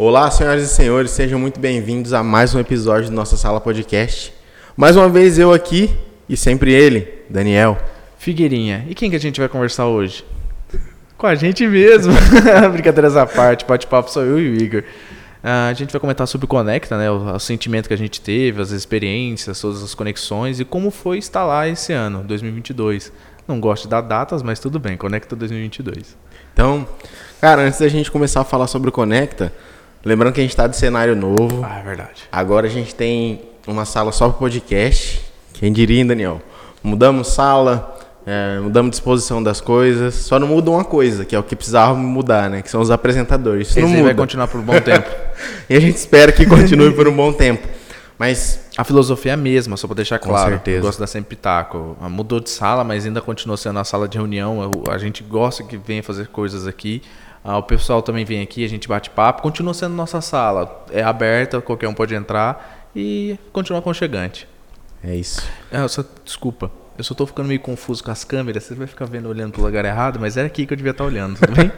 Olá, senhoras e senhores, sejam muito bem-vindos a mais um episódio do Nossa Sala Podcast. Mais uma vez eu aqui e sempre ele, Daniel Figueirinha. E quem que a gente vai conversar hoje? Com a gente mesmo. Brincadeiras à parte, bate-papo sou eu e o Igor. A gente vai comentar sobre o Conecta, né? O sentimento que a gente teve, as experiências, todas as conexões e como foi estar lá esse ano, 2022. Não gosto de dar datas, mas tudo bem, Conecta 2022. Então, cara, antes da gente começar a falar sobre o Conecta, lembrando que a gente tá de cenário novo. Ah, é verdade. Agora a gente tem uma sala só para podcast. Quem diria, hein, Daniel? Mudamos sala, mudamos disposição das coisas. Só não muda uma coisa, que é o que precisava mudar, né? Que são os apresentadores. Isso não muda. Vai continuar por um bom tempo. E a gente espera que continue por um bom tempo. Mas a filosofia é a mesma, só para deixar claro. Com certeza. Eu gosto da Sempre Pitaco. Mudou de sala, mas ainda continua sendo a sala de reunião. A gente gosta que venha fazer coisas aqui. O pessoal também vem aqui, a gente bate papo. Continua sendo nossa sala. É aberta, qualquer um pode entrar e continua aconchegante. É isso. Desculpa, eu só tô ficando meio confuso com as câmeras. Você vai ficar vendo olhando pro lugar errado, mas era aqui que eu devia estar olhando, tudo bem?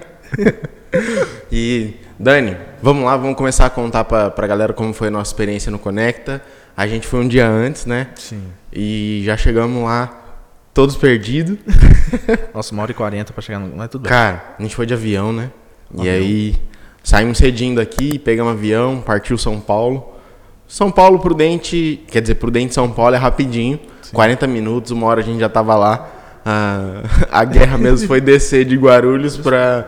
E, Dani, vamos lá, vamos começar a contar pra galera como foi a nossa experiência no Conecta. A gente foi um dia antes, né? Sim. E já chegamos lá, todos perdidos. Nossa, 1h40 pra chegar no... Mas tudo bem. Cara, a gente foi de avião, né? E aí, saímos cedinho daqui, pegamos avião, partiu São Paulo. São Paulo Prudente, quer dizer, Prudente São Paulo é rapidinho. Sim. 40 minutos, 1 hora a gente já tava lá. A guerra mesmo foi descer de Guarulhos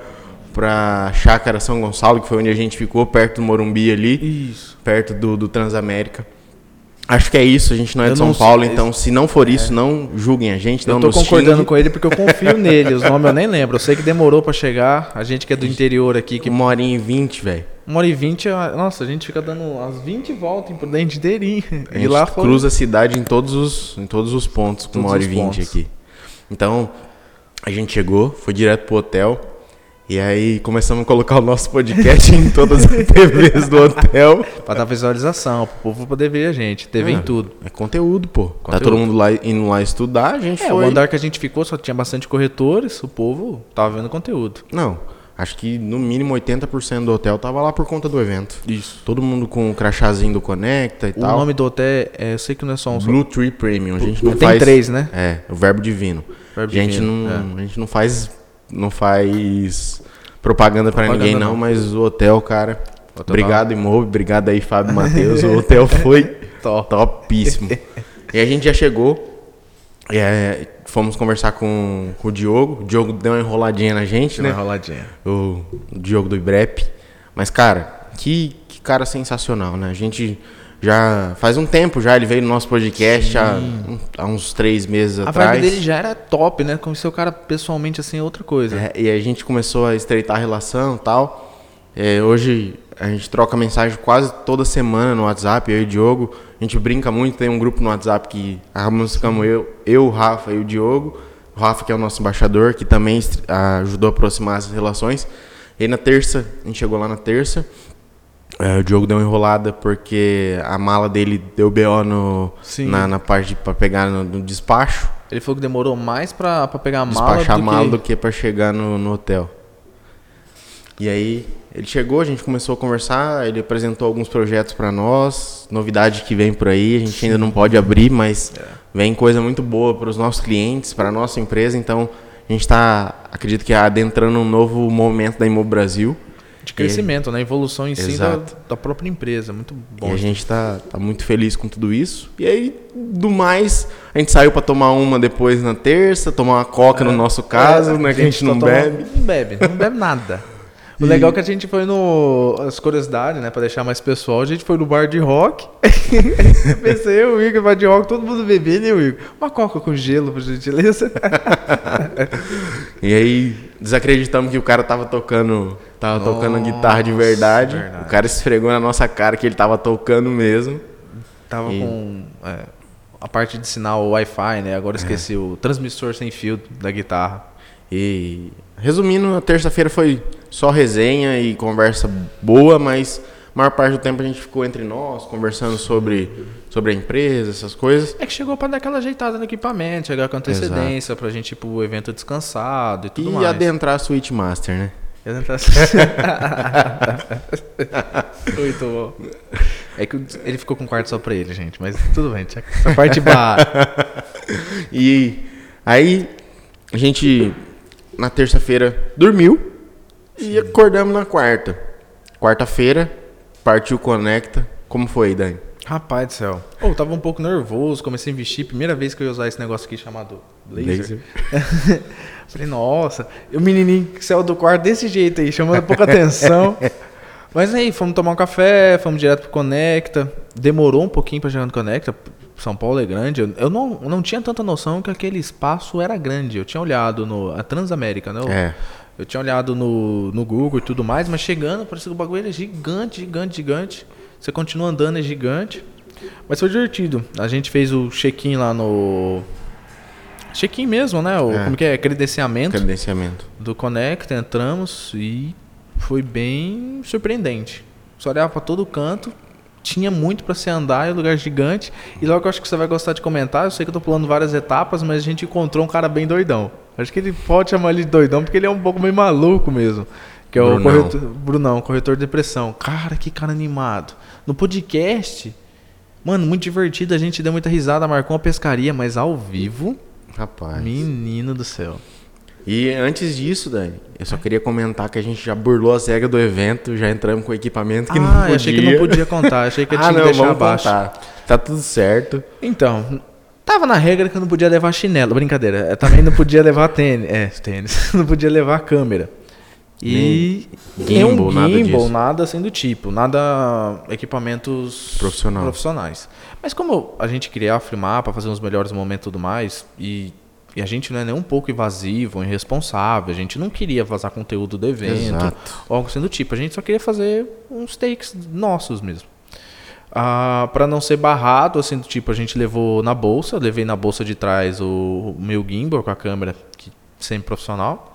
pra Chácara São Gonçalo, que foi onde a gente ficou, perto do Morumbi ali. Isso. Perto do Transamérica. Acho que é isso, a gente não é de São Paulo, então se não for isso, não julguem a gente, não nos xinguem. Eu tô concordando com ele porque eu confio nele, os nomes eu nem lembro, eu sei que demorou pra chegar, a gente que é do interior aqui... 1h20, velho. 1h20, nossa, a gente fica dando as 20 voltas em Prudente inteirinho. A gente cruza a cidade em todos os pontos com 1h20 aqui. Então, a gente chegou, foi direto pro hotel. E aí começamos a colocar o nosso podcast em todas as TVs do hotel. Pra dar visualização, pro povo poder ver a gente. TV em tudo. É conteúdo, pô. Tá todo mundo lá, indo lá estudar, a gente foi. O andar que a gente ficou só tinha bastante corretores, o povo tava vendo conteúdo. Não, acho que no mínimo 80% do hotel tava lá por conta do evento. Isso. Todo mundo com o crachazinho do Conecta e tal. O nome do hotel eu sei que não é só um... Blue Tree Premium. A gente não tem faz... 3, né? É, o Verbo Divino. A gente não faz propaganda pra ninguém não, mas o hotel, cara, obrigado Imob, obrigado aí Fábio e Matheus, o hotel foi topíssimo. E a gente já chegou, fomos conversar com o Diogo deu uma enroladinha na gente, né? Uma enroladinha. O Diogo do IBREP, mas cara, que cara sensacional, né? A gente... Já faz um tempo já, ele veio no nosso podcast há uns 3 meses atrás. A vibe dele já era top, né? Conhecer o cara pessoalmente assim é outra coisa. E a gente começou a estreitar a relação e tal. Hoje a gente troca mensagem quase toda semana no WhatsApp, eu e o Diogo. A gente brinca muito, tem um grupo no WhatsApp que ficamos eu, o Rafa e o Diogo. O Rafa que é o nosso embaixador, que também ajudou a aproximar as relações. E aí na terça, a gente chegou lá na terça. O Diogo deu uma enrolada porque a mala dele deu BO na parte pra pegar no despacho. Ele falou que demorou mais pra pegar a mala despachar a mala do que pra chegar no hotel. E aí ele chegou, a gente começou a conversar, ele apresentou alguns projetos pra nós, novidade que vem por aí, a gente ainda não pode abrir, mas vem coisa muito boa para os nossos clientes, pra nossa empresa, então a gente acredito que adentrando um novo momento da Imob Brasil. De crescimento, né? Evolução em si da própria empresa. Muito bom. E a gente tá muito feliz com tudo isso. E aí, do mais, a gente saiu pra tomar uma depois na terça, tomar uma coca no nosso caso, né? Que a gente não bebe. Não bebe nada. O legal é que a gente foi as curiosidades, né? Pra deixar mais pessoal, a gente foi no bar de rock. Pensei, o Igor, bar de rock, todo mundo bebendo, né, Igor? Uma coca com gelo, por gentileza. E aí, desacreditamos que o cara tava tocando guitarra de verdade. O cara esfregou na nossa cara que ele tava tocando mesmo. Tava com a parte de sinal Wi-Fi, né? Agora esqueci o transmissor sem fio da guitarra. E resumindo, a terça-feira foi só resenha e conversa boa, mas a maior parte do tempo a gente ficou entre nós, conversando sobre a empresa, essas coisas. É que chegou para dar aquela ajeitada no equipamento, chegar com antecedência, pra gente ir pro evento descansado e tudo mais. E adentrar a Suite Master, né? Muito bom. É que ele ficou com um quarto só pra ele, gente. Mas tudo bem, essa parte barra. E aí, a gente, na terça-feira, dormiu e acordamos na quarta. Quarta-feira, partiu Conecta. Como foi, Dani? Rapaz do céu. Eu tava um pouco nervoso, comecei a investir. Primeira vez que eu ia usar esse negócio aqui chamado laser. Falei, nossa. E o menininho que saiu do quarto desse jeito aí, chamando pouca atenção. Mas aí, fomos tomar um café, fomos direto pro Conecta. Demorou um pouquinho pra chegar no Conecta. São Paulo é grande. Eu não tinha tanta noção que aquele espaço era grande. Eu tinha olhado a Transamérica, né? Eu tinha olhado no Google e tudo mais, mas chegando, parecia que o bagulho era gigante, gigante, gigante. Você continua andando, é gigante. Mas foi divertido. A gente fez o check-in lá no... Check-in mesmo, né? Como que é? Credenciamento do Conecta. Entramos e foi bem surpreendente. Você olhava pra todo canto, tinha muito pra se andar, é um lugar gigante. E logo eu acho que você vai gostar de comentar. Eu sei que eu tô pulando várias etapas, mas a gente encontrou um cara bem doidão. Acho que ele pode chamar ele de doidão, porque ele é um pouco meio maluco mesmo. Que é o Brunão, corretor de depressão. Cara, que cara animado. No podcast, mano, muito divertido. A gente deu muita risada, marcou uma pescaria, mas ao vivo... Rapaz. Menino do céu. E antes disso, Dani, eu só queria comentar que a gente já burlou as regras do evento, já entramos com equipamento que não podia. Eu achei que não podia contar, achei que eu tinha que deixar abaixo. Contar. Tá tudo certo. Então, tava na regra que eu não podia levar chinelo, brincadeira. Eu também não podia levar tênis. Não podia levar câmera. E gimbal, nada assim do tipo, nada equipamentos profissionais. Mas como a gente queria filmar para fazer os melhores momentos e tudo mais, e a gente não é nem um pouco invasivo, irresponsável, a gente não queria vazar conteúdo do evento, ou algo assim do tipo, a gente só queria fazer uns takes nossos mesmo. Para não ser barrado, assim do tipo, a gente levei na bolsa de trás o meu gimbal com a câmera, que sempre profissional.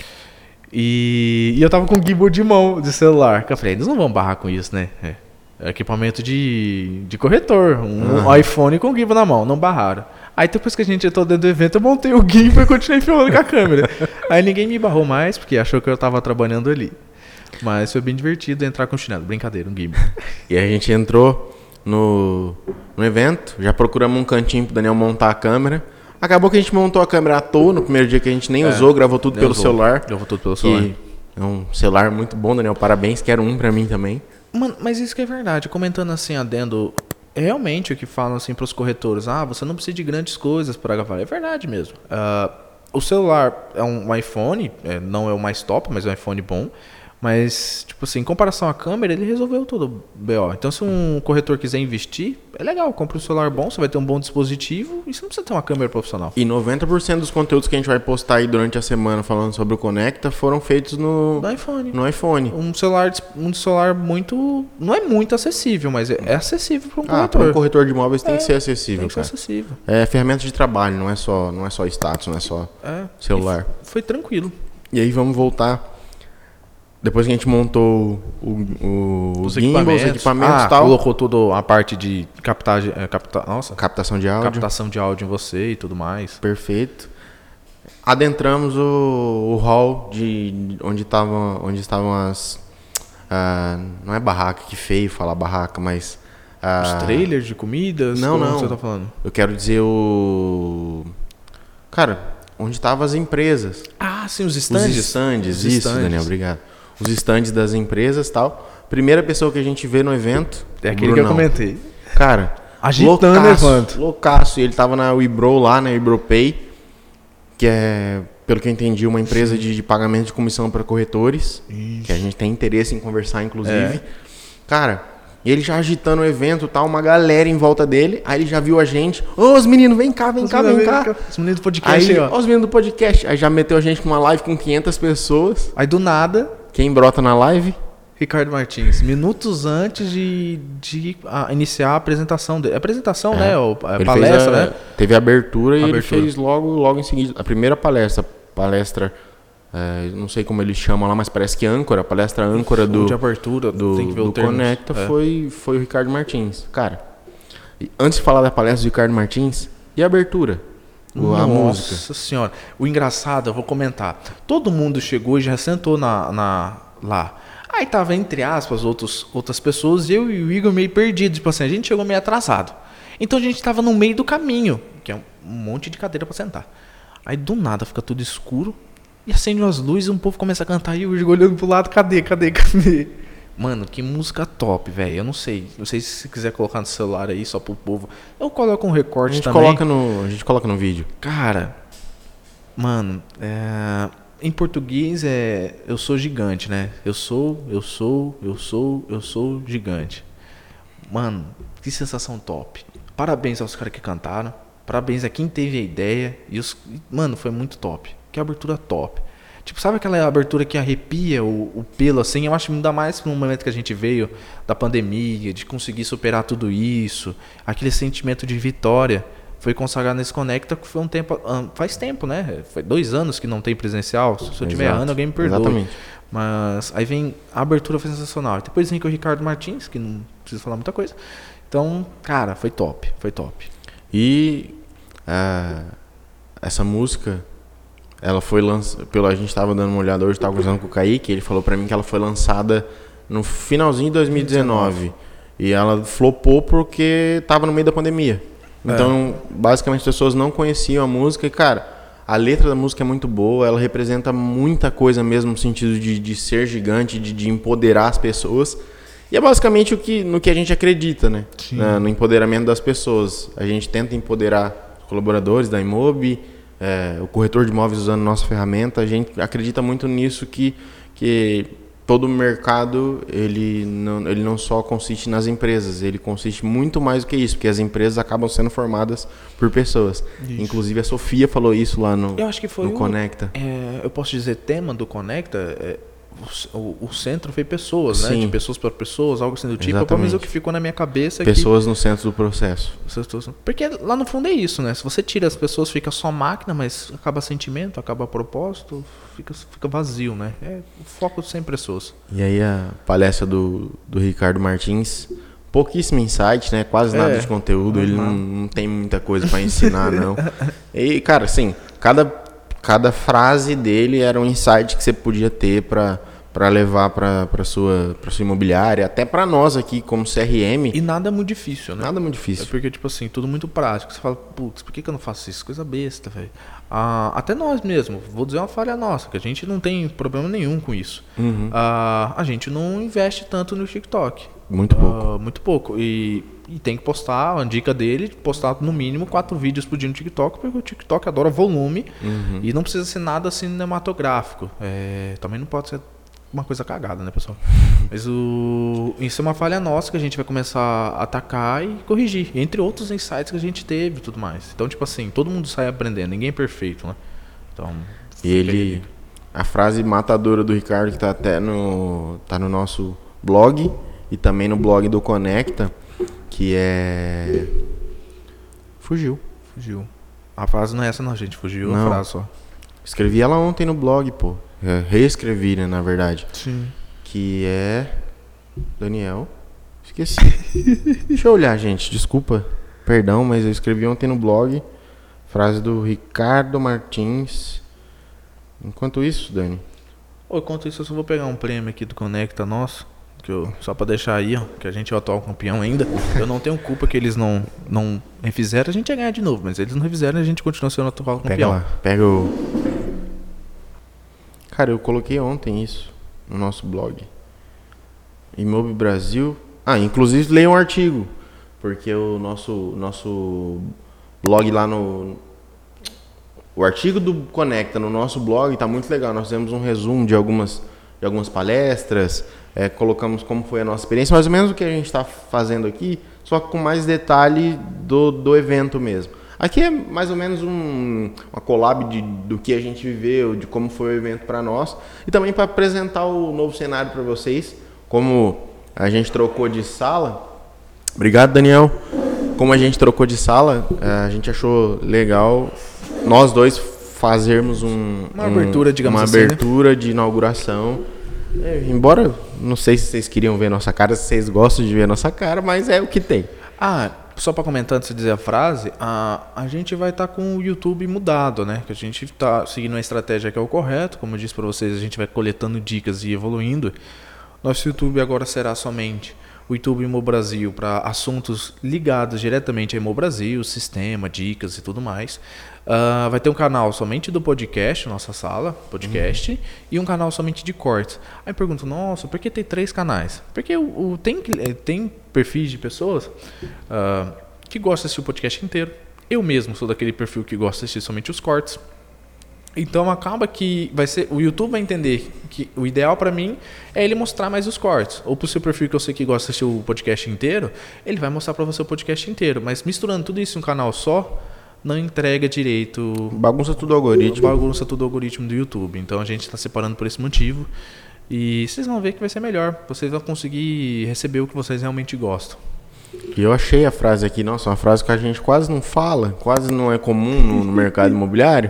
E eu tava com o gimbal de mão, de celular. Que eu falei, eles não vão barrar com isso, né? É equipamento de corretor. Um iPhone com o gimbal na mão, não barraram. Aí depois que a gente entrou dentro do evento, eu montei o gimbal e continuei filmando com a câmera. Aí ninguém me barrou mais, porque achou que eu tava trabalhando ali. Mas foi bem divertido entrar com chinelo. Brincadeira, um gimbal. E a gente entrou no evento, já procuramos um cantinho pro Daniel montar a câmera. Acabou que a gente montou a câmera à toa no primeiro dia que a gente nem usou, gravou tudo pelo celular. Gravou tudo pelo celular. É um celular muito bom, Daniel. Parabéns, quero um pra mim também. Mano, mas isso que é verdade. Comentando assim, adendo, realmente o que falam assim pros corretores, você não precisa de grandes coisas para gravar. É verdade mesmo. O celular é um iPhone, não é o mais top, mas é um iPhone bom. Mas, tipo assim, em comparação à câmera, ele resolveu tudo, BO. Então, se um corretor quiser investir, é legal. Compra um celular bom, você vai ter um bom dispositivo e você não precisa ter uma câmera profissional. E 90% dos conteúdos que a gente vai postar aí durante a semana falando sobre o Conecta foram feitos no iPhone. Um celular muito... Não é muito acessível, mas é acessível para um corretor. Para um corretor de imóveis tem que ser acessível, tem que ser acessível. É ferramenta de trabalho, não é só status, não é só celular. Foi tranquilo. E aí, vamos voltar... Depois que a gente montou os equipamentos e tal. Colocou toda a parte de captação de áudio. Captação de áudio em você e tudo mais. Perfeito. Adentramos o hall de onde estavam as... não é barraca, que feio falar barraca, mas... os trailers de comidas? Não. Você tá falando? Eu quero dizer Cara, onde estavam as empresas. Sim, os stands. Isso, Daniel, obrigado. Os stands das empresas e tal. Primeira pessoa que a gente vê no evento... É aquele que eu comentei. Cara, agitando o evento. Loucaço. Ele tava na Webro lá, na WebroPay, que é, pelo que eu entendi, uma empresa de pagamento de comissão para corretores. Isso. Que a gente tem interesse em conversar, inclusive. Cara, ele já agitando o evento e tal, uma galera em volta dele. Aí ele já viu a gente. Os meninos, vem cá. Os meninos do podcast aí, ó. Os meninos do podcast. Aí já meteu a gente numa live com 500 pessoas. Aí do nada... Quem brota na live? Ricardo Martins, minutos antes de iniciar a apresentação dele. A apresentação, né? A palestra, né? Teve a abertura e ele fez logo em seguida. A primeira palestra, não sei como ele chama lá, mas parece que âncora, a palestra âncora de abertura do Conecta foi o Ricardo Martins. Cara, antes de falar da palestra do Ricardo Martins, e a abertura? a música. Nossa senhora. O engraçado, eu vou comentar. Todo mundo chegou e já sentou lá. Aí tava, entre aspas, outras pessoas, eu e o Igor meio perdidos. Tipo assim, a gente chegou meio atrasado. Então a gente tava no meio do caminho, que é um monte de cadeira pra sentar. Aí do nada fica tudo escuro e acende umas luzes e um povo começa a cantar e o Igor olhando pro lado, cadê? Mano, que música top, velho. Eu não sei. Não sei se você quiser colocar no celular aí só pro povo. Eu coloco um recorte também. A gente coloca no vídeo. Cara, mano, em português eu sou gigante, né? Eu sou gigante. Mano, que sensação top. Parabéns aos caras que cantaram. Parabéns a quem teve a ideia. Mano, foi muito top. Que abertura top. Tipo, sabe aquela abertura que arrepia o pelo, assim? Eu acho que ainda mais no momento que a gente veio da pandemia, de conseguir superar tudo isso. Aquele sentimento de vitória foi consagrado nesse Conecta, que foi um tempo... Faz tempo, né? Foi 2 anos que não tem presencial. Se eu tiver errando, alguém me perdoe. Exatamente. Mas aí vem... A abertura foi sensacional. Depois vem com o Ricardo Martins, que não precisa falar muita coisa. Então, cara, foi top. Foi top. E essa música... Ela foi lançada, a gente estava dando uma olhada hoje, estava conversando com o Kaique, ele falou pra mim que ela foi lançada no finalzinho de 2019. E ela flopou porque estava no meio da pandemia. Então, basicamente, as pessoas não conheciam a música. E, cara, a letra da música é muito boa, ela representa muita coisa mesmo, no sentido de ser gigante, de empoderar as pessoas. E é basicamente no que a gente acredita, né? No empoderamento das pessoas. A gente tenta empoderar os colaboradores da Imob, o corretor de imóveis usando nossa ferramenta. A gente acredita muito nisso, que todo o mercado ele não só consiste nas empresas, ele consiste muito mais do que isso, porque as empresas acabam sendo formadas por pessoas. Isso. Inclusive a Sofia falou isso lá no, eu acho que foi no Conecta. Eu posso dizer, tema do Conecta, o centro foi pessoas, né? De pessoas para pessoas, algo assim do tipo. Pelo menos o que ficou na minha cabeça. Pessoas no centro do processo. Porque lá no fundo é isso, né? Se você tira as pessoas, fica só máquina, mas acaba sentimento, acaba propósito, fica vazio, né? O foco sempre pessoas. E aí a palestra do Ricardo Martins, pouquíssimo insight, né? Quase nada de conteúdo, ele não tem muita coisa para ensinar, não. E, cara, assim, cada frase dele era um insight que você podia ter para levar para sua imobiliária, até para nós aqui como CRM. E nada muito difícil, né? Nada muito difícil. Porque, tipo assim, tudo muito prático. Você fala, putz, por que eu não faço isso? Coisa besta, velho. Até nós mesmo, vou dizer uma falha nossa, que a gente não tem problema nenhum com isso. A gente não investe tanto no TikTok. Muito pouco. Muito pouco. E tem que postar, a dica dele, postar no mínimo 4 vídeos por dia no TikTok, porque o TikTok adora volume e não precisa ser nada cinematográfico. Também não pode ser uma coisa cagada, né, pessoal? Mas isso é uma falha nossa que a gente vai começar a atacar e corrigir, entre outros insights que a gente teve e tudo mais. Então, tipo assim, todo mundo sai aprendendo, ninguém é perfeito, né? Então, e a frase matadora do Ricardo, que tá até tá no nosso blog e também no blog do Conecta, que é... Fugiu. A frase não é essa não, gente. Fugiu a frase só. Escrevi ela ontem no blog, pô. Reescrevi, né, na verdade. Sim. Que é... Daniel. Esqueci. Deixa eu olhar, gente. Desculpa. Perdão, mas eu escrevi ontem no blog. Frase do Ricardo Martins. Enquanto isso, Dani. Enquanto isso, eu só vou pegar um prêmio aqui do Conecta nosso. Só pra deixar aí, ó, que a gente é o atual campeão ainda. Eu não tenho culpa que eles não refizeram, a gente ia ganhar de novo, mas eles não refizeram e a gente continua sendo o atual campeão. Pega lá, pega o... Cara, eu coloquei ontem isso no nosso blog. Imob Brasil. Inclusive leiam um artigo, porque o nosso blog lá o artigo do Conecta no nosso blog tá muito legal. Nós fizemos um resumo de algumas palestras, colocamos como foi a nossa experiência, mais ou menos o que a gente está fazendo aqui, só com mais detalhe do evento mesmo. Aqui é mais ou menos uma collab do que a gente viveu, de como foi o evento para nós, e também para apresentar o novo cenário para vocês, como a gente trocou de sala. Obrigado, Daniel. Como a gente trocou de sala, a gente achou legal nós dois fazermos uma abertura, digamos assim, abertura, né? De inauguração. Embora, não sei se vocês queriam ver nossa cara, se vocês gostam de ver nossa cara, mas é o que tem. só para comentar antes de dizer a frase, a gente vai estar com o YouTube mudado, né? Que a gente está seguindo uma estratégia que é o correto. Como eu disse para vocês, a gente vai coletando dicas e evoluindo. Nosso YouTube agora será somente o YouTube Imo Brasil para assuntos ligados diretamente a Imo Brasil, sistema, dicas e tudo mais. Vai ter um canal somente do podcast, nossa sala, podcast, e um canal somente de cortes. Aí pergunto, nossa, por que tem 3 canais? Porque tem perfis de pessoas que gostam de assistir o podcast inteiro. Eu mesmo sou daquele perfil que gosta de assistir somente os cortes. Então acaba que o YouTube vai entender que o ideal para mim é ele mostrar mais os cortes. Ou pro seu perfil que eu sei que gosta de assistir o podcast inteiro, ele vai mostrar para você o podcast inteiro. Mas misturando tudo isso em um canal só, não entrega direito. Bagunça tudo o algoritmo. Bagunça tudo o algoritmo do YouTube. Então a gente está separando por esse motivo. E vocês vão ver que vai ser melhor. Vocês vão conseguir receber o que vocês realmente gostam. E eu achei a frase aqui, nossa, uma frase que a gente quase não fala, quase não é comum no mercado imobiliário.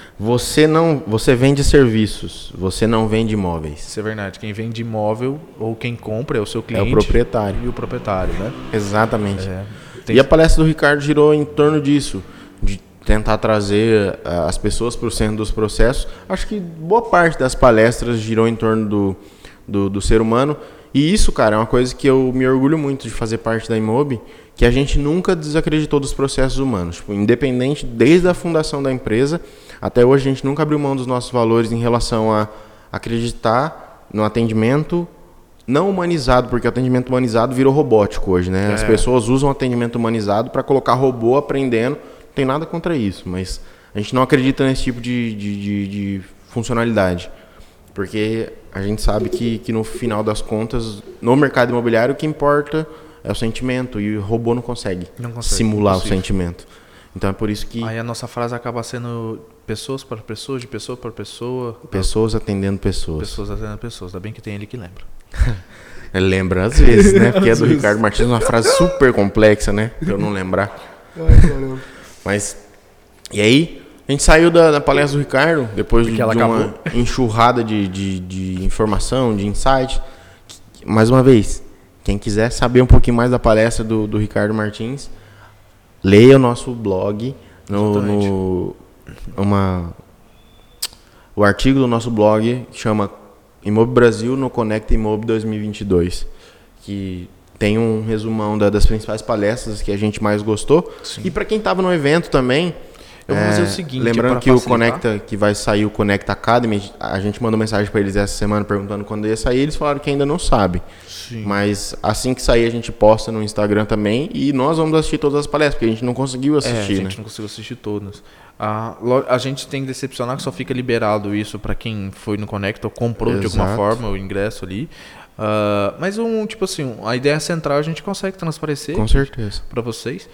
Você vende serviços, você não vende imóveis. Isso é verdade. Quem vende imóvel ou quem compra é o seu cliente. É o proprietário. E o proprietário, né? Exatamente. E a palestra do Ricardo girou em torno disso, de tentar trazer as pessoas para o centro dos processos. Acho que boa parte das palestras girou em torno do ser humano. E isso, cara, é uma coisa que eu me orgulho muito de fazer parte da Imob, que a gente nunca desacreditou dos processos humanos. Tipo, independente, desde a fundação da empresa, até hoje a gente nunca abriu mão dos nossos valores em relação a acreditar no atendimento não humanizado, porque o atendimento humanizado virou robótico hoje, né? As pessoas usam atendimento humanizado para colocar robô aprendendo. Não tem nada contra isso, mas a gente não acredita nesse tipo de funcionalidade. Porque a gente sabe que no final das contas, no mercado imobiliário, o que importa é o sentimento. E o robô não consegue simular o sentimento. Então é por isso que... Aí a nossa frase acaba sendo pessoas para pessoas, de pessoa para pessoa. Pessoas atendendo pessoas. Pessoas atendendo pessoas. Ainda bem que tem ele que lembra. Ele lembra às vezes, né? Porque é do Ricardo Martins, uma frase super complexa, né? Pra eu não lembrar. Mas, e aí, a gente saiu da palestra do Ricardo, depois de uma enxurrada de informação, de insight. Mais uma vez, quem quiser saber um pouquinho mais da palestra do Ricardo Martins, leia o nosso blog, o artigo do nosso blog chama Imob Brasil no Conecta Imob 2022, que tem um resumão das principais palestras que a gente mais gostou. Sim. E para quem estava no evento também, eu vou fazer o seguinte, lembrando que facilitar, o Conecta, que vai sair o Conecta Academy, a gente mandou mensagem para eles essa semana perguntando quando ia sair, eles falaram que ainda não sabe. Sim. Mas assim que sair a gente posta no Instagram também e nós vamos assistir todas as palestras, porque a gente não conseguiu assistir, a gente não conseguiu assistir todas. A gente tem que decepcionar que só fica liberado isso para quem foi no Conecta ou comprou de alguma forma o ingresso ali. Mas tipo assim, a ideia central a gente consegue transparecer. Com certeza. Para vocês.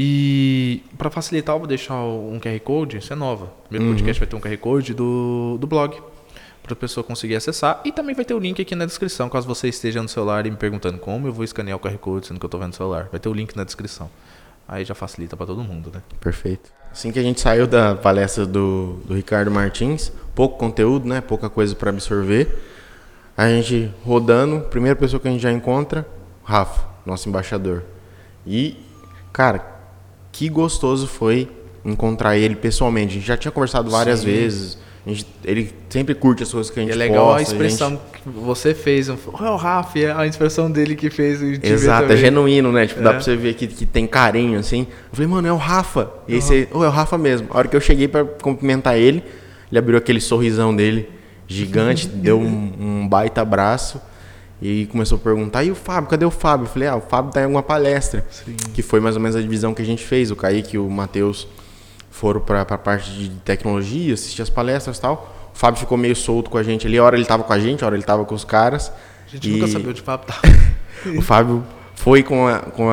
E para facilitar, eu vou deixar um QR Code, isso é nova. O primeiro podcast vai ter um QR Code do blog, para a pessoa conseguir acessar. E também vai ter o link aqui na descrição, caso você esteja no celular e me perguntando como eu vou escanear o QR Code, sendo que eu estou vendo no celular. Vai ter o link na descrição. Aí já facilita para todo mundo, né? Perfeito. Assim que a gente saiu da palestra do Ricardo Martins, pouco conteúdo, né? Pouca coisa para absorver. A gente rodando, primeira pessoa que a gente já encontra, Rafa, nosso embaixador. E, cara, que gostoso foi encontrar ele pessoalmente. A gente já tinha conversado várias vezes. Ele sempre curte as coisas que a gente posta. É legal a expressão que você fez. É o Rafa, é a expressão dele que fez. Exato, é genuíno, né? Tipo, dá pra você ver que tem carinho, assim. Eu falei, mano, é o Rafa. E aí você, é o Rafa mesmo. A hora que eu cheguei pra cumprimentar ele, ele abriu aquele sorrisão dele gigante, deu um baita abraço e começou a perguntar, e o Fábio, cadê o Fábio? Eu falei, o Fábio tá em alguma palestra. Sim. Que foi mais ou menos a divisão que a gente fez. O Kaique e o Matheus foram pra parte de tecnologia, assistir as palestras e tal. O Fábio ficou meio solto com a gente ali, a hora ele tava com a gente, a hora ele tava com os caras. A gente nunca sabia onde o Fábio tava. O Fábio foi com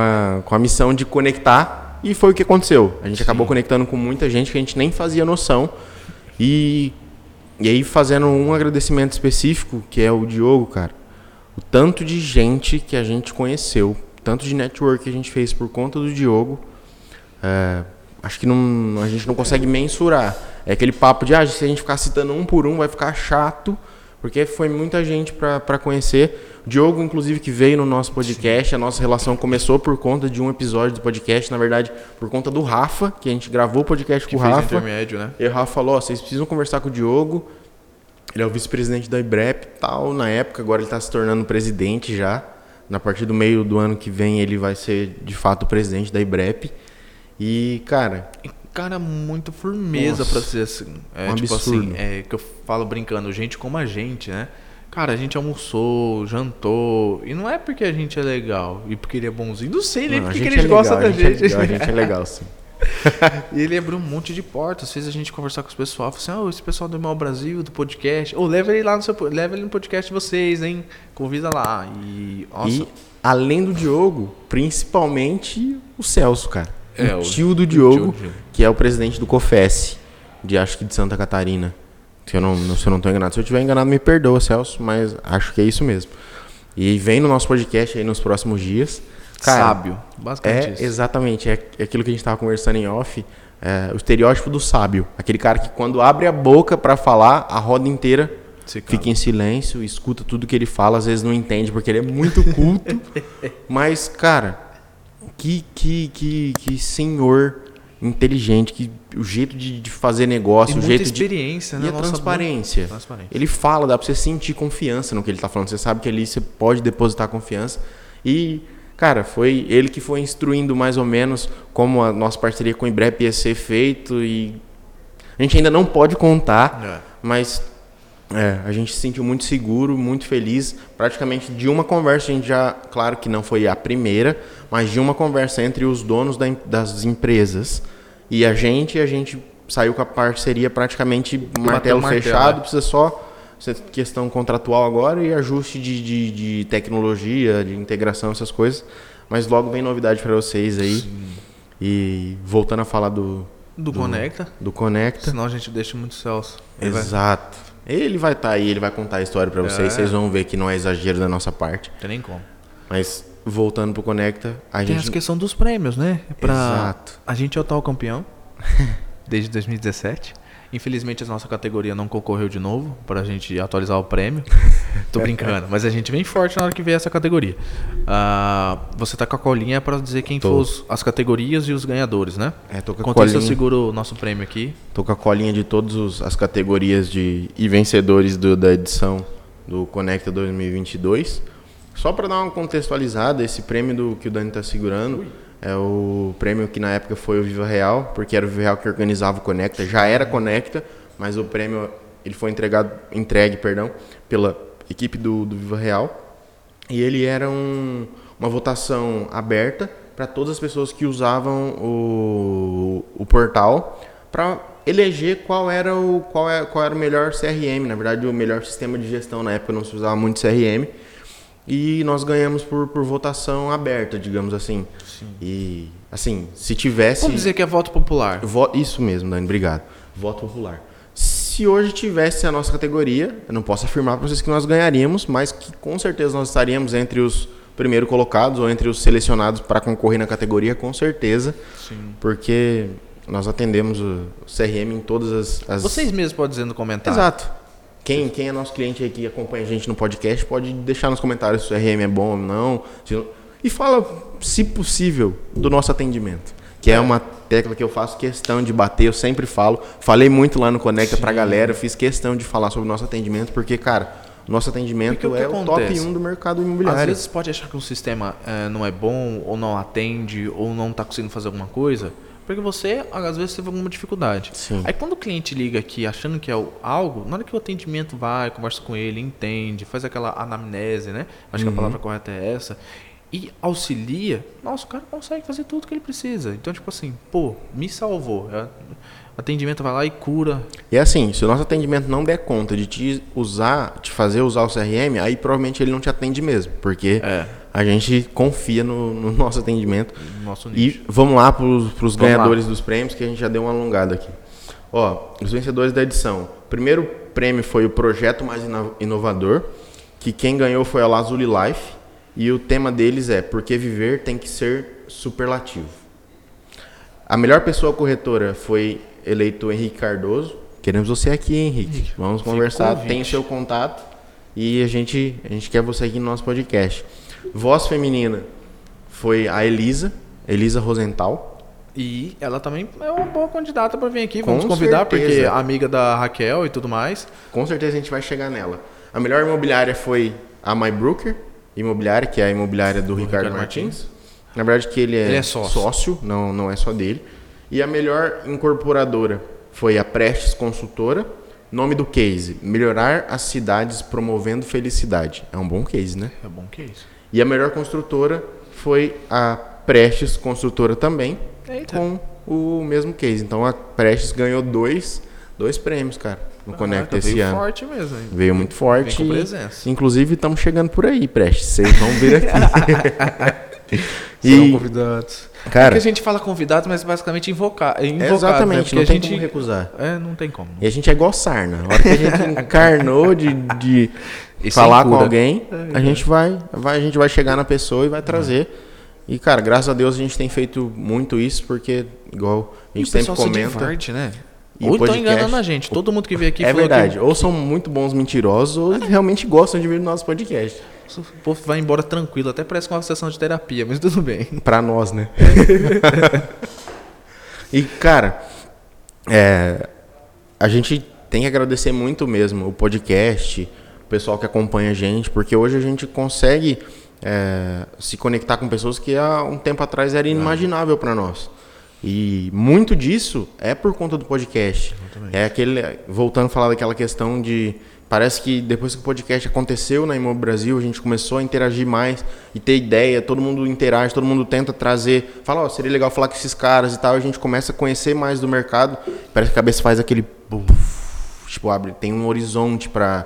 a missão de conectar e foi o que aconteceu. A gente acabou conectando com muita gente que a gente nem fazia noção. E aí fazendo um agradecimento específico, que é o Diogo, cara. O tanto de gente que a gente conheceu, tanto de network que a gente fez por conta do Diogo, acho que a gente não consegue mensurar. É aquele papo de, se a gente ficar citando um por um vai ficar chato, Porque foi muita gente para conhecer. O Diogo, inclusive, que veio no nosso podcast. A nossa relação começou por conta de um episódio do podcast. Na verdade, por conta do Rafa, que a gente gravou o podcast com o Rafa. Intermédio, né? E o Rafa falou, vocês precisam conversar com o Diogo. Ele é o vice-presidente da IBREP e tal, na época. Agora ele está se tornando presidente já. A partir do meio do ano que vem, ele vai ser, de fato, o presidente da IBREP. E, cara... muito firmeza pra ser assim. Um tipo absurdo. assim, que eu falo brincando, gente como a gente, né? Cara, a gente almoçou, jantou, e não é porque a gente é legal e porque ele é bonzinho, não sei nem porque eles gostam da gente. A gente é legal, sim. E ele abriu um monte de portas, fez a gente conversar com os pessoal, falou assim, esse pessoal do Mal Brasil, do podcast, leva ele lá leva ele no podcast de vocês, hein? Convida lá. E, nossa. E, além do Diogo, principalmente o Celso, cara. O tio do Diogo, Diogo, que é o presidente do COFES, acho que de Santa Catarina. Se eu não estou enganado. Se eu estiver enganado, me perdoa, Celso, mas acho que é isso mesmo. E vem no nosso podcast aí nos próximos dias. Cara, sábio, basicamente isso. Exatamente, é aquilo que a gente estava conversando em off, o estereótipo do sábio. Aquele cara que quando abre a boca para falar, a roda inteira fica em silêncio, escuta tudo que ele fala, às vezes não entende porque ele é muito culto. Mas, cara... Que senhor inteligente, que o jeito de fazer negócio, o jeito experiência, de... né? E a transparência. Ele fala, dá pra você sentir confiança no que ele tá falando. Você sabe que ali você pode depositar confiança. E, cara, foi ele que foi instruindo mais ou menos como a nossa parceria com o IBREP ia ser feito. E a gente ainda não pode contar, mas... a gente se sentiu muito seguro, muito feliz. Praticamente de uma conversa, a gente já, claro que não foi a primeira, mas de uma conversa entre os donos das empresas e a gente saiu com a parceria praticamente martelo fechado. Precisa só ser questão contratual agora e ajuste de tecnologia, de integração, essas coisas. Mas logo vem novidade para vocês aí. Sim. E voltando a falar do Conecta. Do Conecta. Senão a gente deixa muito Celso. Exato. Ele vai estar aí, ele vai contar a história pra vocês. Vocês vão ver que não é exagero da nossa parte. Não tem nem como. Mas, voltando pro Conecta... Tem essa questão dos prêmios, né? Exato. A gente é o atual campeão desde 2017. Infelizmente, a nossa categoria não concorreu de novo pra gente atualizar o prêmio. Tô brincando, mas a gente vem forte na hora que vier essa categoria. Você tá com a colinha pra dizer quem foram as categorias e os ganhadores, né? Tô com a Enquanto colinha. isso, eu seguro o nosso prêmio aqui. Tô com a colinha de todas as categorias e vencedores da edição do Conecta 2022. Só pra dar uma contextualizada, esse prêmio que o Dani tá segurando... É o prêmio que na época foi o Viva Real, porque era o Viva Real que organizava o Conecta, já era Conecta, mas o prêmio ele foi entregue pela equipe do Viva Real. E ele era uma votação aberta para todas as pessoas que usavam o portal para eleger qual era o melhor CRM, na verdade o melhor sistema de gestão. Na época não se usava muito CRM. E nós ganhamos por votação aberta, digamos assim. Sim. E, assim, se tivesse... Vamos dizer que é voto popular. Isso mesmo, Dani, obrigado. Voto popular. Se hoje tivesse a nossa categoria, eu não posso afirmar para vocês que nós ganharíamos, mas que com certeza nós estaríamos entre os primeiros colocados ou entre os selecionados para concorrer na categoria, com certeza. Sim. Porque nós atendemos o CRM em todas as... Vocês mesmos podem dizer no comentário. Exato. Quem é nosso cliente aí que acompanha a gente no podcast pode deixar nos comentários se o CRM é bom ou não. E fala, se possível, do nosso atendimento. Que é uma tecla que eu faço questão de bater, eu sempre falo. Falei muito lá no Conecta pra galera, fiz questão de falar sobre o nosso atendimento, porque, cara, o nosso atendimento é o top 1 do mercado imobiliário. Às vezes pode achar que o sistema não é bom, ou não atende, ou não tá conseguindo fazer alguma coisa... Porque você, às vezes, teve alguma dificuldade. Sim. Aí quando o cliente liga aqui achando que é algo, na hora que o atendimento vai, conversa com ele, entende, faz aquela anamnese, né? Acho que a palavra correta é essa. E auxilia, nossa, o cara consegue fazer tudo que ele precisa. Então, tipo assim, me salvou. O atendimento vai lá e cura. E assim, se o nosso atendimento não der conta de te fazer usar o CRM, aí provavelmente ele não te atende mesmo. Porque a gente confia no nosso atendimento. No nosso nicho. E vamos lá para os ganhadores dos prêmios, que a gente já deu uma alongada aqui. Os vencedores da edição. O primeiro prêmio foi o Projeto Mais Inovador, que quem ganhou foi a Lazuli Life. E o tema deles é Porque Viver Tem Que Ser Superlativo. A melhor pessoa corretora foi eleito o Henrique Cardoso, queremos você aqui, hein, Henrique? Vamos conversar, tem o seu contato e a gente quer você aqui no nosso podcast. Voz feminina foi a Elisa Rosenthal. E ela também é uma boa candidata para vir aqui. Com Vamos convidar, certeza. porque é amiga da Raquel e tudo mais. Com certeza a gente vai chegar nela. A melhor imobiliária foi a MyBroker Imobiliária, que é a imobiliária do Ricardo Martins. Na verdade que ele é sócio, não é só dele. E a melhor incorporadora foi a Prestes Consultora. Nome do case: melhorar as cidades promovendo felicidade. É um bom case, né? É um bom case. E a melhor construtora foi a Prestes Construtora também. Eita. Com o mesmo case. Então a Prestes ganhou dois prêmios, cara, no Conecta esse ano. Veio forte mesmo. Hein? Veio muito forte. Veio com presença. Inclusive estamos chegando por aí, Prestes. Vocês vão vir aqui. Serão convidados. Cara, que a gente fala convidados, mas basicamente invocado. Exatamente, né? não tem como recusar. Não tem como. E a gente é igual sarna. A hora que a gente encarnou de falar com alguém, a gente vai chegar na pessoa e vai trazer. E, cara, graças a Deus a gente tem feito muito isso, porque, igual a gente sempre comenta... Se diverte, né? E ou estão enganando a gente. Todo mundo que veio aqui é falou verdade. Ou são muito bons mentirosos, ou realmente gostam de vir no nosso podcast. O povo vai embora tranquilo. Até parece uma sessão de terapia, mas tudo bem. Pra nós, né? E, cara, a gente tem que agradecer muito mesmo o podcast, o pessoal que acompanha a gente, porque hoje a gente consegue se conectar com pessoas que há um tempo atrás era inimaginável para nós. E muito disso é por conta do podcast. Exatamente. Voltando a falar daquela questão de... Parece que depois que o podcast aconteceu na Imob Brasil, a gente começou a interagir mais e ter ideia, todo mundo interage, todo mundo tenta trazer, fala, seria legal falar com esses caras e tal, a gente começa a conhecer mais do mercado, parece que a cabeça faz aquele... Tipo, abre, tem um horizonte para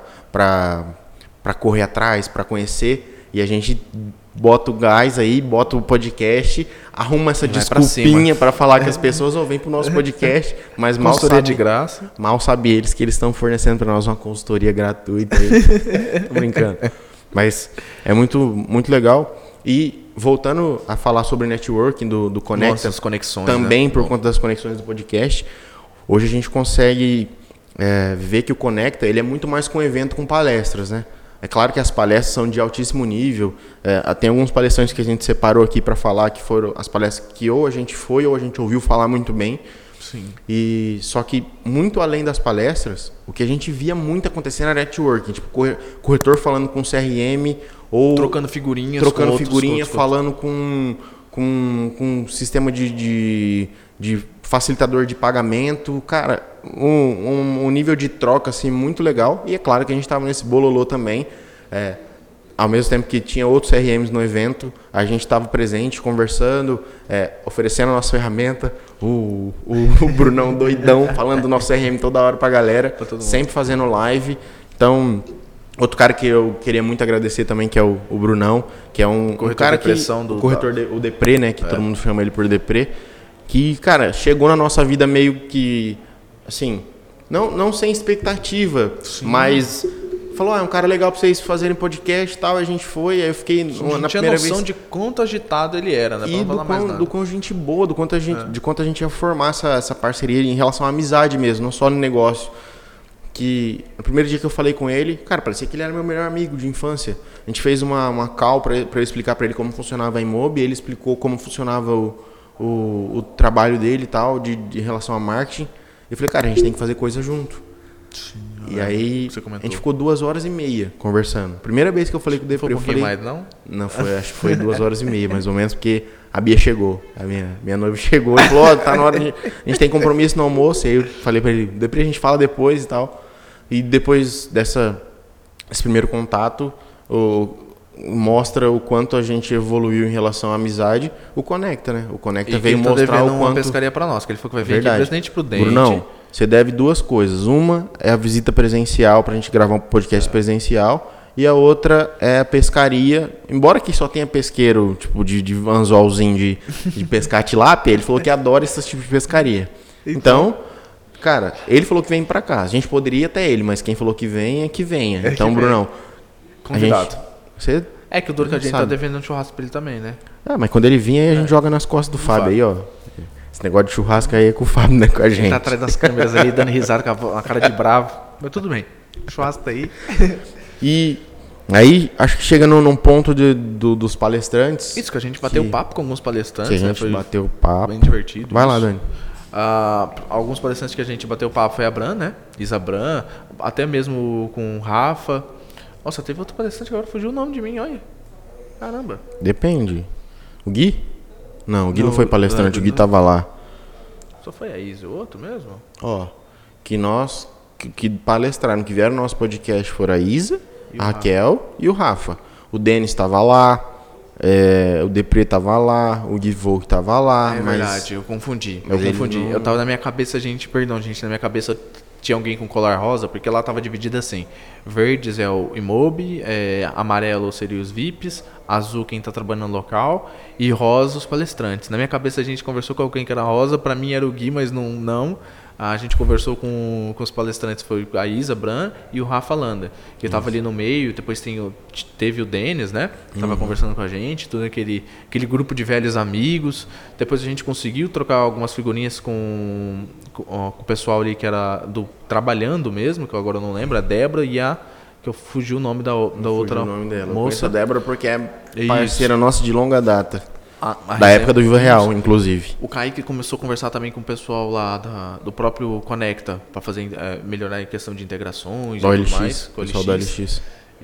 correr atrás, para conhecer, e a gente bota o gás aí, bota o podcast, arruma essa desculpinha para falar que as pessoas vêm pro nosso podcast, mas mal sabe, de graça. Mal sabe eles que eles estão fornecendo para nós uma consultoria gratuita. Tô brincando. Mas é muito, muito legal. E voltando a falar sobre networking do Conecta, as conexões, também né? por conta das conexões do podcast, hoje a gente consegue ver que o Conecta ele é muito mais que um evento com palestras, né? É claro que as palestras são de altíssimo nível. Tem alguns palestrantes que a gente separou aqui para falar que foram as palestras que ou a gente foi ou a gente ouviu falar muito bem. Sim. E só que muito além das palestras, o que a gente via muito acontecendo era networking, tipo corretor falando com CRM ou trocando figurinhas, falando com um sistema de facilitador de pagamento, cara, um nível de troca assim muito legal. E é claro que a gente estava nesse bololô também, ao mesmo tempo que tinha outros CRMs no evento, a gente estava presente, conversando, oferecendo a nossa ferramenta, o Brunão doidão falando do nosso CRM toda hora pra galera, sempre fazendo live. Então, outro cara que eu queria muito agradecer também, que é o Brunão, que é um cara que... o corretor, o Depré, né, que todo mundo chama ele por Depré, que, cara, chegou na nossa vida meio que, assim, não sem expectativa, sim, mas falou, é um cara legal pra vocês fazerem podcast e tal, a gente foi, aí eu fiquei na primeira vez... noção de quanto agitado ele era, né? E do quanto gente boa, de quanto a gente ia formar essa parceria em relação à amizade mesmo, não só no negócio. Que no primeiro dia que eu falei com ele, cara, parecia que ele era meu melhor amigo de infância. A gente fez uma call pra eu explicar pra ele como funcionava a Imob, e ele explicou como funcionava o trabalho dele e tal, de relação a marketing. Eu falei, cara, a gente tem que fazer coisa junto. Sim, e aí a gente ficou 2h30 conversando. Primeira vez que eu falei com o Depré, eu falei... mais, não? Não, acho que foi 2h30, mais ou menos, porque a Bia chegou. A minha noiva chegou e falou, tá na hora a gente tem compromisso no almoço. E aí eu falei pra ele, Depré, a gente fala depois e tal. E depois desse primeiro contato, mostra o quanto a gente evoluiu em relação à amizade. O Conecta, né? O Conecta veio mostrar o quanto... uma pescaria pra nós, que ele falou que vai vir aqui Presidente Prudente. Brunão, você deve duas coisas. Uma é a visita presencial pra gente gravar um podcast presencial. E a outra é a pescaria. Embora que só tenha pesqueiro, tipo, de anzolzinho de pescar tilápia, ele falou que adora esse tipo de pescaria. Então, cara, ele falou que vem pra cá. A gente poderia até ele, mas quem falou que vem é que venha. Então, Brunão, convidado. Você que o duro que a gente tá devendo um churrasco pra ele também, né? Mas quando ele vir, aí a gente joga nas costas do Fábio aí, ó. Esse negócio de churrasco aí é com o Fábio, né? Com a Ele gente. tá atrás das câmeras ali, dando risada com a cara de bravo. Mas tudo bem. O churrasco tá aí. E aí, acho que chega num ponto dos palestrantes. Isso, que a gente bateu papo com alguns palestrantes. Que a gente Foi bateu papo. bem divertido. Vai isso. lá, Dani. Alguns palestrantes que a gente bateu papo foi a Bran, né? Isa Bran, até mesmo com o Rafa. Nossa, teve outro palestrante que agora fugiu o nome de mim, olha. Caramba. Depende. O Gui? Não, o Gui não Não, foi palestrante, o Gui tava lá. Só foi a Isa, o outro mesmo? Ó, que nós que palestraram, que vieram no nosso podcast foram a Isa, a Raquel e o Rafa. O Denis tava lá, o Depré tava lá, o Gui Volk tava lá. É mas verdade, eu confundi. Mas ele não- Eu tava na minha cabeça, perdão, gente, na minha cabeça tinha alguém com colar rosa, porque lá tava dividido assim. Verdes é o Imob, amarelo seria os VIPs, azul quem tá trabalhando no local e rosa os palestrantes. Na minha cabeça a gente conversou com alguém que era rosa, pra mim era o Gui, mas não. A gente conversou com os palestrantes, foi a Isa Bran e o Rafa Landa, que tava ali no meio. Depois teve o Denis, né? Que tava conversando com a gente, todo aquele grupo de velhos amigos. Depois a gente conseguiu trocar algumas figurinhas com o pessoal ali que era do trabalhando mesmo, que eu agora não lembro, a Débora e que eu fugi o nome da outra o nome dela. Eu conheço moça. a Débora porque é Isso. parceira nossa de longa data. A Da resenha- época do Viva Real, inclusive. O Kaique começou a conversar também com o pessoal lá do próprio Conecta, para fazer melhorar em questão de integrações Da e tudo OLX, mais. Com o pessoal da OLX.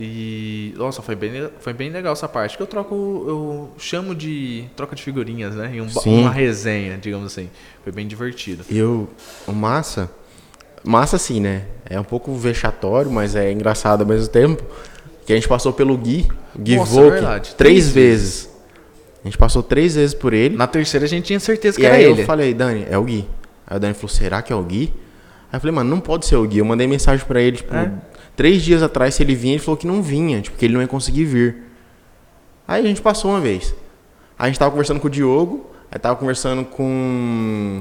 E, nossa, foi bem legal essa parte. Que eu chamo de troca de figurinhas, né? E Sim. uma resenha, digamos assim. Foi bem divertido. O Massa sim, né? É um pouco vexatório, mas é engraçado ao mesmo tempo. Que a gente passou pelo Gui Nossa, Volk, verdade. 3 vezes. A gente passou 3 vezes por ele. Na terceira a gente tinha certeza que E era aí ele. eu falei, Dani, é o Gui. Aí o Dani falou, será que é o Gui? Aí eu falei, mano, não pode ser o Gui. Eu mandei mensagem pra ele, tipo, 3 dias atrás, se ele vinha, ele falou que não vinha, tipo, que ele não ia conseguir vir. Aí a gente passou uma vez. Aí a gente tava conversando com o Diogo, aí tava conversando com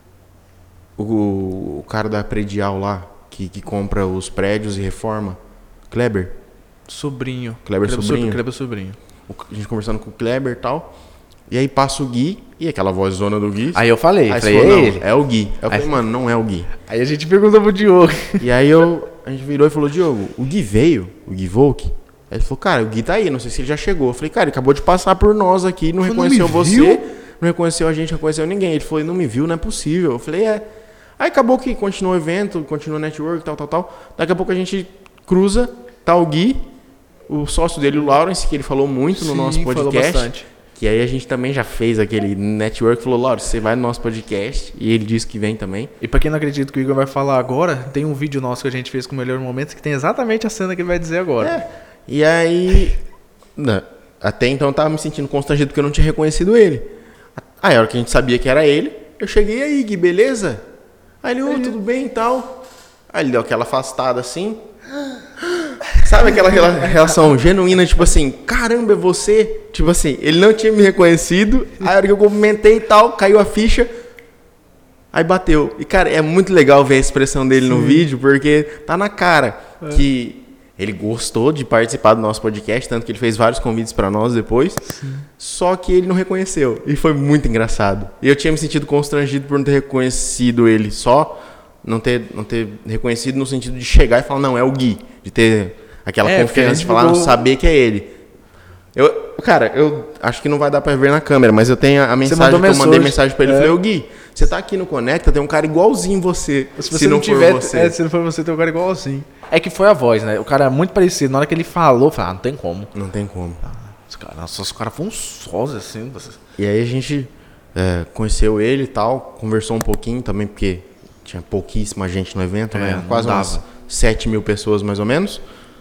o cara da Predial lá, que compra os prédios e reforma. Kleber. Sobrinho. Kleber Sobrinho. Kleber Sobrinho. A gente conversando com o Kleber e tal. E aí passa o Gui, e aquela vozona do Gui. Aí eu falei, Aí é você falou, ele. não, é o Gui. Aí eu Aí- falei, mano, não é o Gui. Aí a gente perguntou pro Diogo. E aí a gente virou e falou, Diogo, o Gui veio? O Gui Volk? Aí ele falou, cara, o Gui tá aí, não sei se ele já chegou. Eu falei, cara, ele acabou de passar por nós aqui, não Falou, reconheceu não me você, viu? não reconheceu a gente, não reconheceu ninguém. Ele falou, não me viu, não é possível. Eu falei, é. Aí acabou que continuou o evento, continuou o network, tal. Daqui a pouco a gente cruza, tá o Gui, o sócio dele, o Lawrence, que ele falou muito no nosso falou podcast. bastante. Que aí a gente também já fez aquele network, falou, Lawrence, você vai no nosso podcast, e ele disse que vem também. E pra quem não acredita que o Igor vai falar agora, tem um vídeo nosso que a gente fez com o Melhor Momentos que tem exatamente a cena que ele vai dizer agora. E aí, até então eu tava me sentindo constrangido porque eu não tinha reconhecido ele. Aí a hora que a gente sabia que era ele, eu cheguei aí, Gui, beleza? Aí ele, tudo bem e tal. Aí ele deu aquela afastada assim. Sabe aquela relação genuína, tipo assim, caramba, é você? Tipo assim, ele não tinha me reconhecido. Aí a hora que eu cumprimentei e tal, caiu a ficha. Aí bateu. E, cara, é muito legal ver a expressão dele no vídeo, porque tá na cara que ele gostou de participar do nosso podcast, tanto que ele fez vários convites pra nós depois. Só que ele não reconheceu. E foi muito engraçado. E eu tinha me sentido constrangido por não ter reconhecido ele. Só não ter reconhecido no sentido de chegar e falar, não, é o Gui. De ter aquela porque a confiança gente de falar, não saber que é ele. Cara, eu acho que não vai dar pra ver na câmera, mas eu tenho a mensagem mandou que eu mandei mensagem. mensagem pra ele. Eu falei, ô Gui, você tá aqui no Conecta, tem um cara igualzinho você. Se você não for tiver, você. se não for você, tem um cara igual assim. É que foi a voz, né? O cara é muito parecido. Na hora que ele falou, eu falei, não tem como. Não tem como. Os caras foram sós assim. E aí a gente conheceu ele e tal, conversou um pouquinho também, porque tinha pouquíssima gente no evento, né? não Quase dava. umas 7 mil pessoas mais ou menos.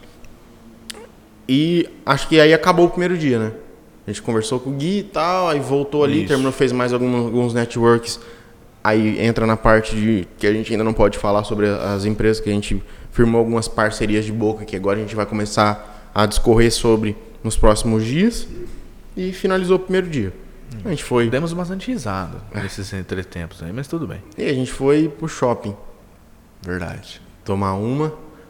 E acho que aí acabou o primeiro dia, né? A gente conversou com o Gui e tal, aí voltou ali, Isso. terminou, fez mais alguns networks. Aí entra na parte de que a gente ainda não pode falar sobre as empresas, que a gente firmou algumas parcerias de boca, que agora a gente vai começar a discorrer sobre nos próximos dias. E finalizou o primeiro dia. A gente foi. Demos bastante risada nesses entretempos aí, mas tudo bem. E a gente foi pro shopping Verdade. tomar uma.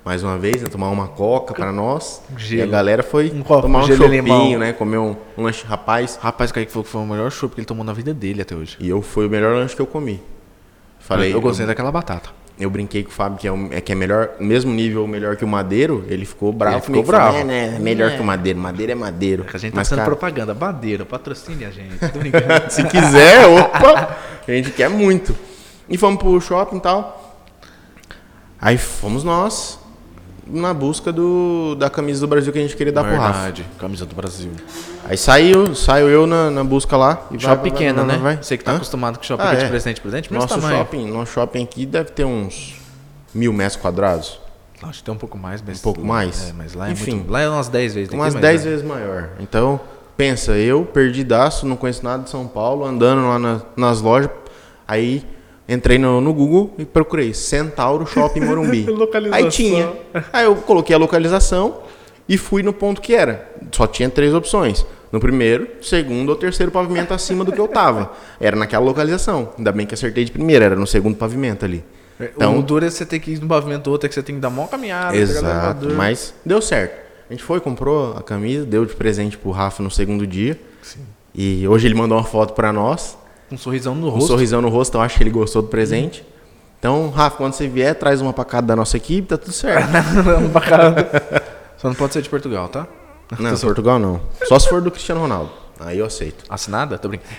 mais uma vez, né? Tomar uma coca pra nós. Gelo. E a galera foi copo, tomar um gelo e limão. chopinho, né? Comer um lanche. Rapaz, Rapaz, o Kaique falou que foi o melhor chopp que ele tomou na vida dele até hoje. e foi o melhor lanche que eu comi. Falei, eu gostei daquela batata. Eu brinquei com o Fábio que é melhor, mesmo nível ou melhor que o Madeiro, ele ficou bravo. Ele ficou comigo, falou, bravo. né? Melhor que o Madeiro. Madeiro é Madeiro. A gente tá Mas, fazendo cara, propaganda. Madeira, patrocine a gente. Tô brincando. se quiser, opa, a gente quer muito. E fomos pro shopping e tal. Aí fomos nós na busca da camisa do Brasil que a gente queria dar pro Rafa. Verdade, camisa do Brasil. Aí saio eu na busca lá. E Shopping pequeno, né? Vai. Você que tá Hã? acostumado com shopping Ah, de é. presente, mas Nosso shopping aqui deve ter uns 1.000 metros quadrados. Acho que tem um pouco mais, mas... Um pouco mais? É, mas lá Enfim. é muito... Lá é umas 10 vezes. Umas 10 vezes maior. Então, pensa, eu perdidaço, não conheço nada de São Paulo, andando lá nas lojas. Aí entrei no Google e procurei Centauro Shopping Morumbi. Localização. Aí tinha. Aí eu coloquei a localização e fui no ponto que era. Só tinha 3 opções. No primeiro, segundo ou terceiro pavimento acima do que eu tava. Era naquela localização. Ainda bem que acertei de primeira, era no segundo pavimento ali. Então, o duro é você ter que ir de um pavimento do outro, é que você tem que dar uma caminhada. pegar o Exato, elevador. mas deu certo. A gente foi, comprou a camisa, deu de presente pro Rafa no segundo dia. Sim. E hoje ele mandou uma foto pra nós, Um sorrisão no um rosto. sorrisão no rosto, então acho que ele gostou do presente. Então, Rafa, quando você vier, traz uma pra cada da nossa equipe, tá tudo certo. Um pra cada. Só não pode ser de Portugal, tá? Não, Portugal não. Só se for do Cristiano Ronaldo. Aí eu aceito. Assinada? Tô brincando.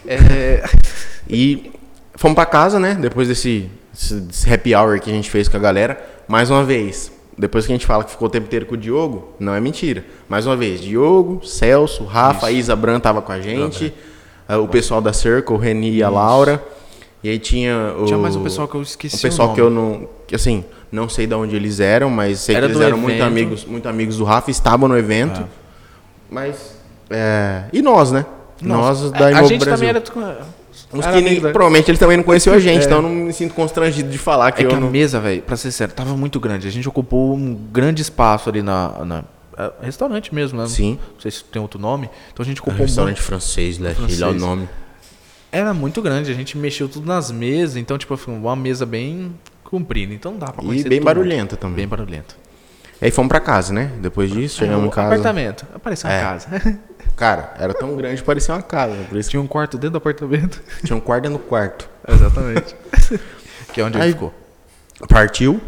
E fomos pra casa, né? Depois desse happy hour que a gente fez com a galera. Mais uma vez, depois que a gente fala que ficou o tempo inteiro com o Diogo, não é mentira. Mais uma vez, Diogo, Celso, Rafa, a Isa Bran tava com a gente. O pessoal da Circle, o Reni e a Laura. E aí tinha Tinha mais um pessoal que eu esqueci o pessoal o nome. que eu não... Que, assim, não sei de onde eles eram, mas sei Era que eles do eram muito evento. muito amigos do Rafa, estavam no evento. Mas... e nós, né? Nós da A Imob gente Brasil. também era... Uns era que amigo da- provavelmente eles também não conheciam a gente, então eu não me sinto constrangido de falar que É que eu a não... mesa, velho, pra ser sério, tava muito grande. A gente ocupou um grande espaço ali restaurante mesmo, né? Sim. Não sei se tem outro nome. Então a gente Um ocupou restaurante francês, né? Francês. Sei lá o nome. Era muito grande, a gente mexeu tudo nas mesas, então, tipo, foi uma mesa bem comprida. Então não dá pra E conhecer bem todo barulhenta mundo. também. Bem barulhento. Aí fomos pra casa, né? Depois disso, chegamos em casa. Apartamento. Apareceu uma É. casa. Cara, era tão grande que parecia uma casa. Por isso Tinha um quarto dentro do apartamento. que tinha um quarto dentro do quarto. Exatamente. Que é onde Aí- ele ficou. Partiu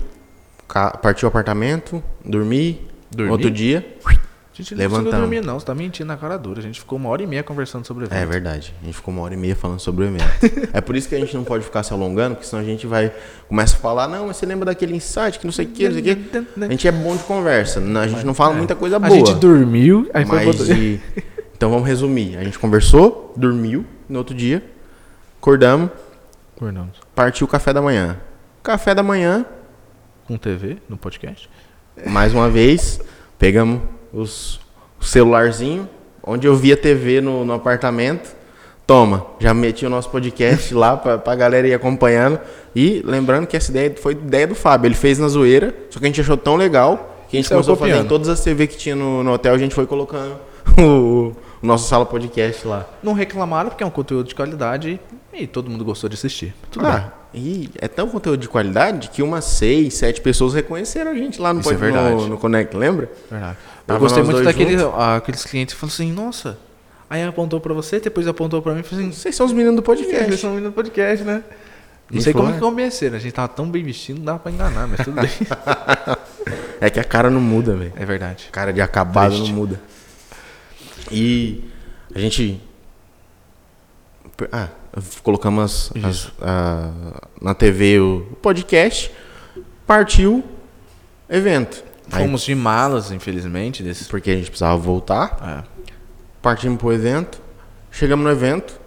o apartamento, dormi. Dormi? Outro dia. A gente não Levantamos. conseguiu dormir, não. Você tá mentindo na cara dura. A gente ficou 1h30 conversando sobre o evento. É verdade. A gente ficou 1h30 falando sobre o evento. É por isso que a gente não pode ficar se alongando, porque senão a gente começa a falar, não, mas você lembra daquele insight que não sei o que, não sei o que. A gente é bom de conversa. A gente não fala muita coisa A boa. gente dormiu, aí foi Mas botar- então vamos resumir. A gente conversou, dormiu, no outro dia, acordamos, Acordamos. partiu o café da manhã. Café da manhã, Com TV no podcast. mais uma vez, pegamos o celularzinho, onde eu via TV no apartamento. Toma, já meti o nosso podcast lá pra galera ir acompanhando. E lembrando que essa ideia foi ideia do Fábio. Ele fez na zoeira, só que a gente achou tão legal que a gente Saiu começou a fazer em copiando. todas as TV que tinha no hotel. A gente foi colocando o nosso sala podcast lá. Não reclamaram porque é um conteúdo de qualidade e todo mundo gostou de assistir. Tudo bem. E é tão conteúdo de qualidade que umas 6, 7 pessoas reconheceram a gente lá no, Isso é verdade. no Connect, lembra? Verdade. Eu Tava gostei nós muito dois daqueles juntos. aqueles clientes que falaram assim, nossa. Aí apontou pra você, depois apontou pra mim e falou assim, Vocês são os meninos do vocês podcast. são meninos do podcast, né? Não E sei como foi. que convenceram. A gente tava tão bem vestido, não dava pra enganar, mas tudo bem. É que a cara não muda, velho. É verdade. Cara de acabado Triste. não muda. E a gente... colocamos na TV o podcast, partiu evento. Aí, Fomos de malas, infelizmente, desses. porque a gente precisava voltar, É. partimos pro evento, chegamos no evento,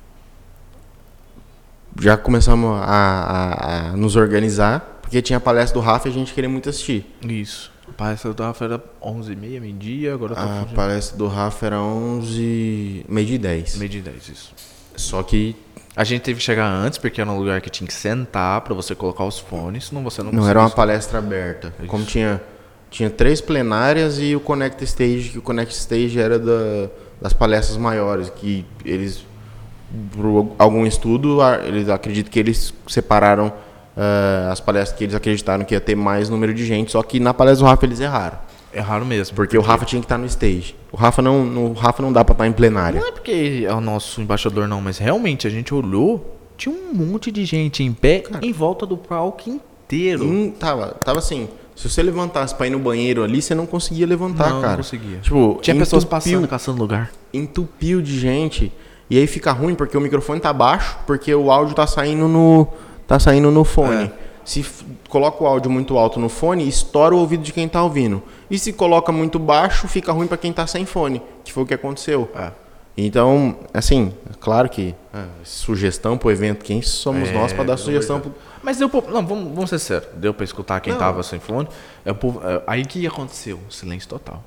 já começamos a nos organizar, porque tinha a palestra do Rafa e a gente queria muito assistir. Isso. A palestra do Rafa era 11h30, meio-dia, agora eu tô A confundindo. palestra do Rafa era 11, meio de 10. Meio de 10, isso. Só que A gente teve que chegar antes, porque era um lugar que tinha que sentar pra você colocar os fones, senão você não não conseguia era uma escutar. palestra aberta. Isso. Como tinha 3 plenárias e o Connect Stage, que o Connect Stage era das palestras maiores, que eles, por algum estudo, eles acreditam que eles separaram as palestras que eles acreditaram que ia ter mais número de gente, só que na palestra do Rafa eles erraram. É raro mesmo. Porque o Rafa tinha que estar no stage. O Rafa não dá pra estar em plenária. Não é porque é o nosso embaixador não, mas realmente a gente olhou, tinha um monte de gente em pé, cara, em volta do palco inteiro. Tava assim, se você levantasse pra ir no banheiro ali, você não conseguia levantar, cara. Não conseguia. Tipo, tinha pessoas passando, caçando lugar. Entupiu de gente. E aí fica ruim porque o microfone tá baixo, porque o áudio tá saindo no fone. Se coloca o áudio muito alto no fone, estoura o ouvido de quem tá ouvindo. E se coloca muito baixo, fica ruim para quem tá sem fone, que foi o que aconteceu. Então, assim, claro que sugestão pro evento, quem somos nós para dar sugestão pro... Mas deu pra... Não, vamos ser sérios. Deu para escutar quem tava sem fone. Aí que aconteceu? Silêncio total.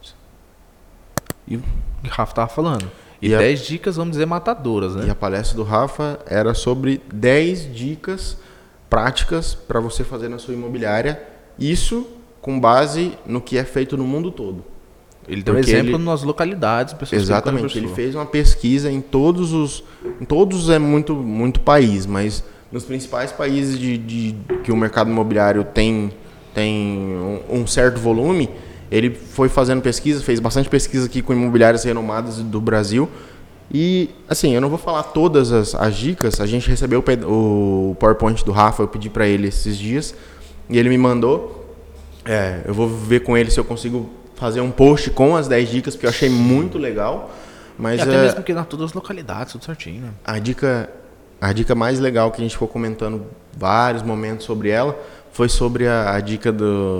E o Rafa tava falando. E 10 dicas, vamos dizer, matadoras, né? E a palestra do Rafa era sobre 10 dicas práticas para você fazer na sua imobiliária. Isso com base no que é feito no mundo todo. Ele deu exemplo nas localidades, pessoas. Exatamente. Ele fez uma pesquisa em todos é muito país, mas nos principais países que o mercado imobiliário tem um certo volume, ele foi fazendo pesquisa, fez bastante pesquisa aqui com imobiliárias renomadas do Brasil. E, assim, eu não vou falar todas as dicas. A gente recebeu o PowerPoint do Rafa, eu pedi para ele esses dias, e ele me mandou. Eu vou ver com ele se eu consigo fazer um post com as 10 dicas, porque eu achei muito legal. Mas, até mesmo porque na todas as localidades, tudo certinho, né? A dica mais legal que a gente ficou comentando vários momentos sobre ela foi sobre a dica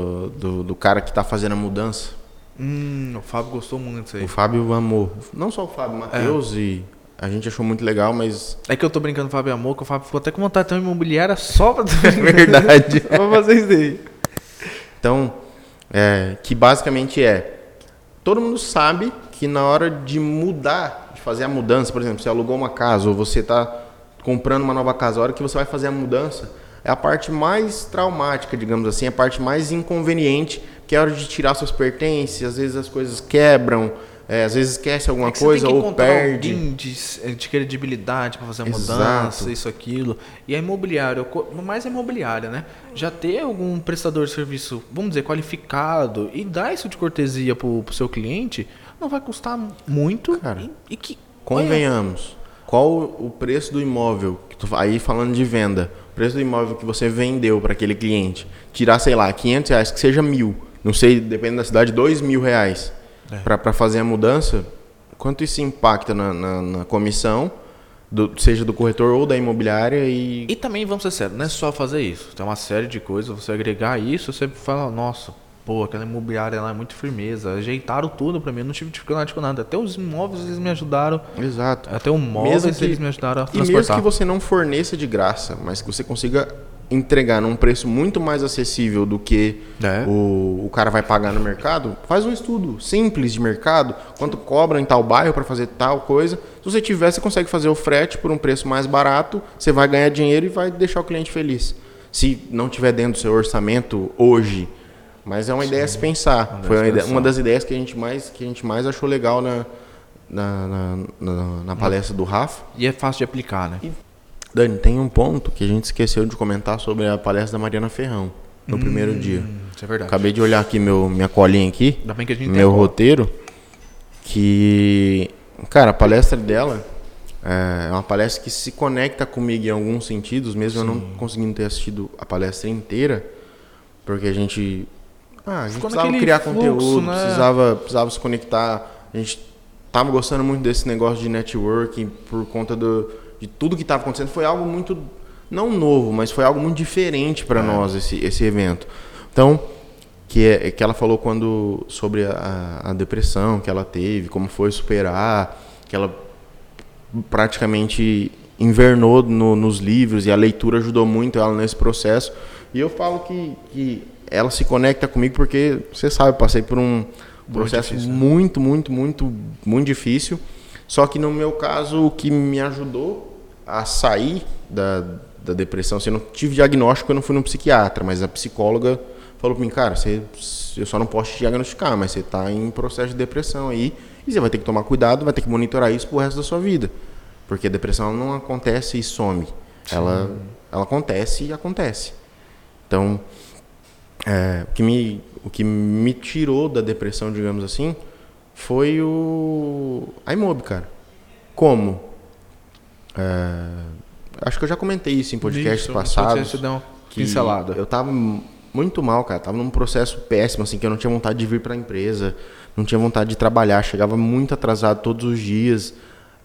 do cara que está fazendo a mudança. O Fábio gostou muito disso aí. O Fábio amou. Não só o Fábio, o Matheus, e a gente achou muito legal, mas... É que eu tô brincando, o Fábio amou, que o Fábio ficou até com vontade de ter uma imobiliária só pra... Verdade. Pra fazer isso aí. Então, que basicamente todo mundo sabe que na hora de mudar, de fazer a mudança, por exemplo, você alugou uma casa ou você está comprando uma nova casa, a hora que você vai fazer a mudança, é a parte mais traumática, digamos assim, a parte mais inconveniente, que é a hora de tirar suas pertences, às vezes as coisas quebram, às vezes esquece alguma coisa ou perde. Alguém de credibilidade para fazer a mudança, isso, aquilo. E a imobiliária, mais a imobiliária, né? Já ter algum prestador de serviço, vamos dizer, qualificado e dar isso de cortesia pro seu cliente, não vai custar muito. Cara, convenhamos. Qual o preço do imóvel? Aí falando de venda, o preço do imóvel que você vendeu para aquele cliente, tirar, sei lá, R$500, que seja 1.000, não sei, depende da cidade, R$2.000 para fazer a mudança, quanto isso impacta na comissão, seja do corretor ou da imobiliária? E também, vamos ser sérios, não é só fazer isso, tem uma série de coisas, você agregar isso, você fala, nossa, pô, aquela imobiliária lá é muito firmeza, ajeitaram tudo pra mim, eu não tive dificuldade com nada. Até os imóveis eles me ajudaram. Exato. Até o móveis eles me ajudaram a transportar. E mesmo que você não forneça de graça, mas que você consiga entregar num preço muito mais acessível do que o cara vai pagar no mercado, faz um estudo simples de mercado, quanto cobra em tal bairro para fazer tal coisa. Se você tiver, você consegue fazer o frete por um preço mais barato, você vai ganhar dinheiro e vai deixar o cliente feliz. Se não tiver dentro do seu orçamento hoje. Mas é uma ideia a se pensar. Foi uma das ideias que a gente mais achou legal na palestra do Rafa. E é fácil de aplicar, né? Dani, tem um ponto que a gente esqueceu de comentar sobre a palestra da Mariana Ferrão no primeiro dia. Isso é verdade. Acabei de olhar aqui minha colinha aqui, ainda bem que a gente meu roteiro, que, cara, a palestra dela é uma palestra que se conecta comigo em alguns sentidos, mesmo eu não conseguindo ter assistido a palestra inteira, porque a gente precisava criar conteúdo, né? precisava se conectar. A gente tava gostando muito desse negócio de networking por conta de tudo que estava acontecendo. Foi algo muito, não novo, mas foi algo muito diferente para nós esse evento. Então, que ela falou sobre a depressão que ela teve, como foi superar, que ela praticamente invernou nos livros e a leitura ajudou muito ela nesse processo. E eu falo que ela se conecta comigo porque, você sabe, eu passei por um processo muito difícil. Só que no meu caso, o que me ajudou a sair da depressão, assim, eu não tive diagnóstico, eu não fui no psiquiatra, mas a psicóloga falou para mim, cara, eu só não posso te diagnosticar, mas você está em processo de depressão aí, e você vai ter que tomar cuidado, vai ter que monitorar isso pro resto da sua vida. Porque a depressão não acontece e some. Ela acontece e acontece. Então, o que me tirou da depressão, digamos assim, foi a Imob, cara. Como? Acho que eu já comentei isso em podcasts passados. Você deu uma pincelada. Eu tava muito mal, cara. Tava num processo péssimo, assim, que eu não tinha vontade de vir pra empresa, não tinha vontade de trabalhar, chegava muito atrasado todos os dias.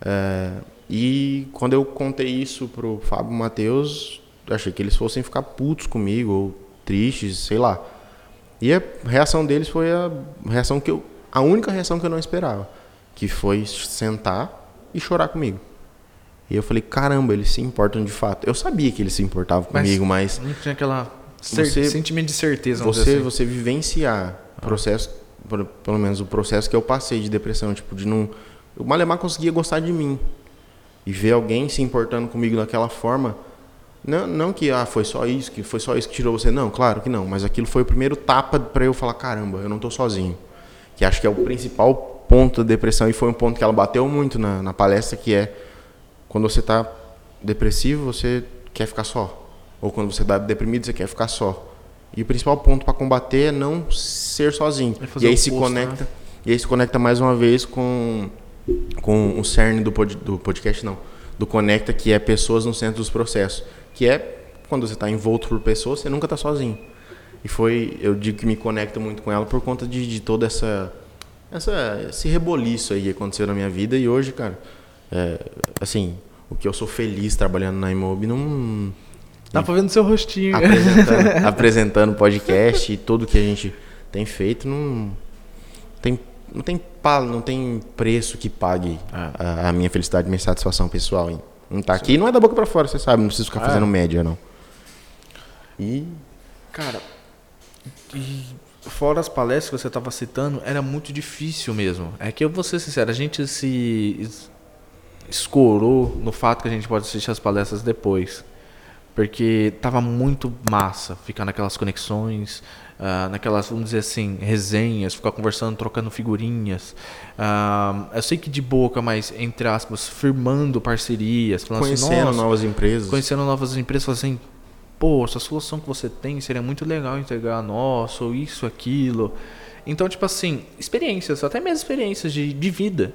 E quando eu contei isso pro Fábio e Matheus, eu achei que eles fossem ficar putos comigo, ou tristes, sei lá. E a reação deles foi a única reação que eu não esperava, que foi sentar e chorar comigo. E eu falei, caramba, eles se importam de fato. Eu sabia que eles se importavam comigo, mas não tinha aquela sentimento de certeza. Você vivenciar o processo, pelo menos o processo que eu passei de depressão, tipo, de não... O Malemar conseguia gostar de mim. E ver alguém se importando comigo daquela forma, não que foi só isso que tirou você. Não, claro que não. Mas aquilo foi o primeiro tapa para eu falar, caramba, eu não tô sozinho. Que acho que é o principal ponto da depressão, e foi um ponto que ela bateu muito na palestra, que é quando você tá depressivo, você quer ficar só. Ou quando você tá deprimido, você quer ficar só. E o principal ponto para combater é não ser sozinho. E aí se conecta mais uma vez com o cerne do podcast, não. Do Conecta, que é pessoas no centro dos processos. Que é quando você está envolto por pessoas, você nunca está sozinho. E eu digo que me conecto muito com ela por conta de todo esse reboliço aí que aconteceu na minha vida. E hoje, cara, assim, o que eu sou feliz trabalhando na Imob, não... Dá pra ver no seu rostinho. Apresentando podcast e tudo que a gente tem feito, não tem preço que pague a minha felicidade, minha satisfação pessoal em estar aqui. Não é da boca pra fora, você sabe, não preciso ficar fazendo média, não. Cara, fora as palestras que você estava citando, era muito difícil mesmo. É que eu vou ser sincero, a gente se escorou no fato que a gente pode assistir as palestras depois. Porque tava muito massa ficar naquelas conexões, naquelas, vamos dizer assim, resenhas, ficar conversando, trocando figurinhas. Eu sei que de boca, mas, entre aspas, firmando parcerias. Conhecendo novas empresas. Falando assim, pô, essa solução que você tem seria muito legal integrar a nossa, ou isso, aquilo. Então, tipo assim, experiências, até mesmo experiências de vida.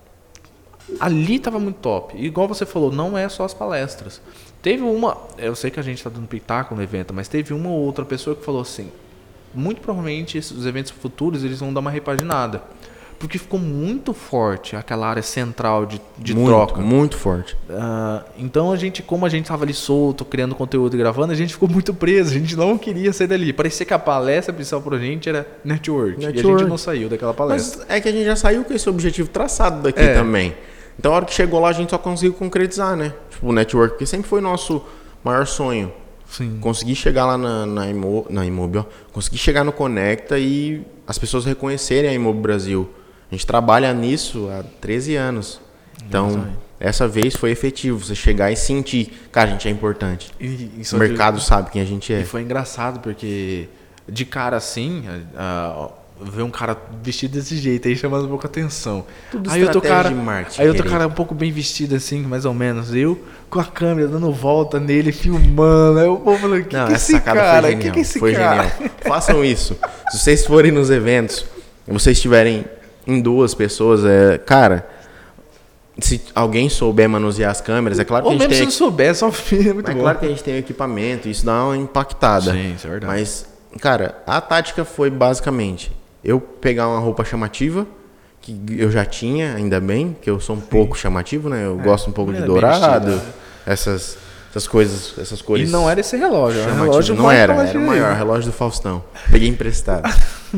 Ali tava muito top. E igual você falou, não é só as palestras. Teve eu sei que a gente tá dando pitaco no evento, mas teve uma ou outra pessoa que falou assim, muito provavelmente os eventos futuros eles vão dar uma repaginada. Porque ficou muito forte aquela área central de troca. Muito forte. Então como a gente tava ali solto, criando conteúdo e gravando, a gente ficou muito preso, a gente não queria sair dali. Parecia que a palestra principal pra gente era network. E a gente não saiu daquela palestra. Mas é que a gente já saiu com esse objetivo traçado daqui também. Então, a hora que chegou lá, a gente só conseguiu concretizar, né? Tipo, o network, porque sempre foi nosso maior sonho. Sim. Conseguir chegar lá na Imob, ó. Conseguir chegar no Conecta e as pessoas reconhecerem a Imob Brasil. A gente trabalha nisso há 13 anos. Então, essa vez foi efetivo. Você chegar e sentir, cara, a gente é importante. O mercado sabe quem a gente é. E foi engraçado, porque de cara assim... ver um cara vestido desse jeito aí chamando um pouco a atenção. Tudo aí outro cara, de marketing, aí outro cara um pouco bem vestido assim, mais ou menos. Eu com a câmera dando volta nele, filmando. Aí eu falei, que é esse cara? Que é esse cara? Genial. Façam isso. Se vocês forem nos eventos, vocês estiverem em 2 pessoas, cara, se alguém souber manusear as câmeras, é claro que ou a gente mesmo tem... se não souber, só é muito bom. É claro que a gente tem equipamento, isso dá uma impactada. Sim, isso é verdade. Mas, cara, a tática foi basicamente... eu pegar uma roupa chamativa, que eu já tinha, ainda bem, que eu sou um pouco chamativo, né? Eu gosto um pouco de dourado, essas coisas, essas cores. E não era esse relógio, era um relógio não era o maior, relógio do Faustão. Peguei emprestado.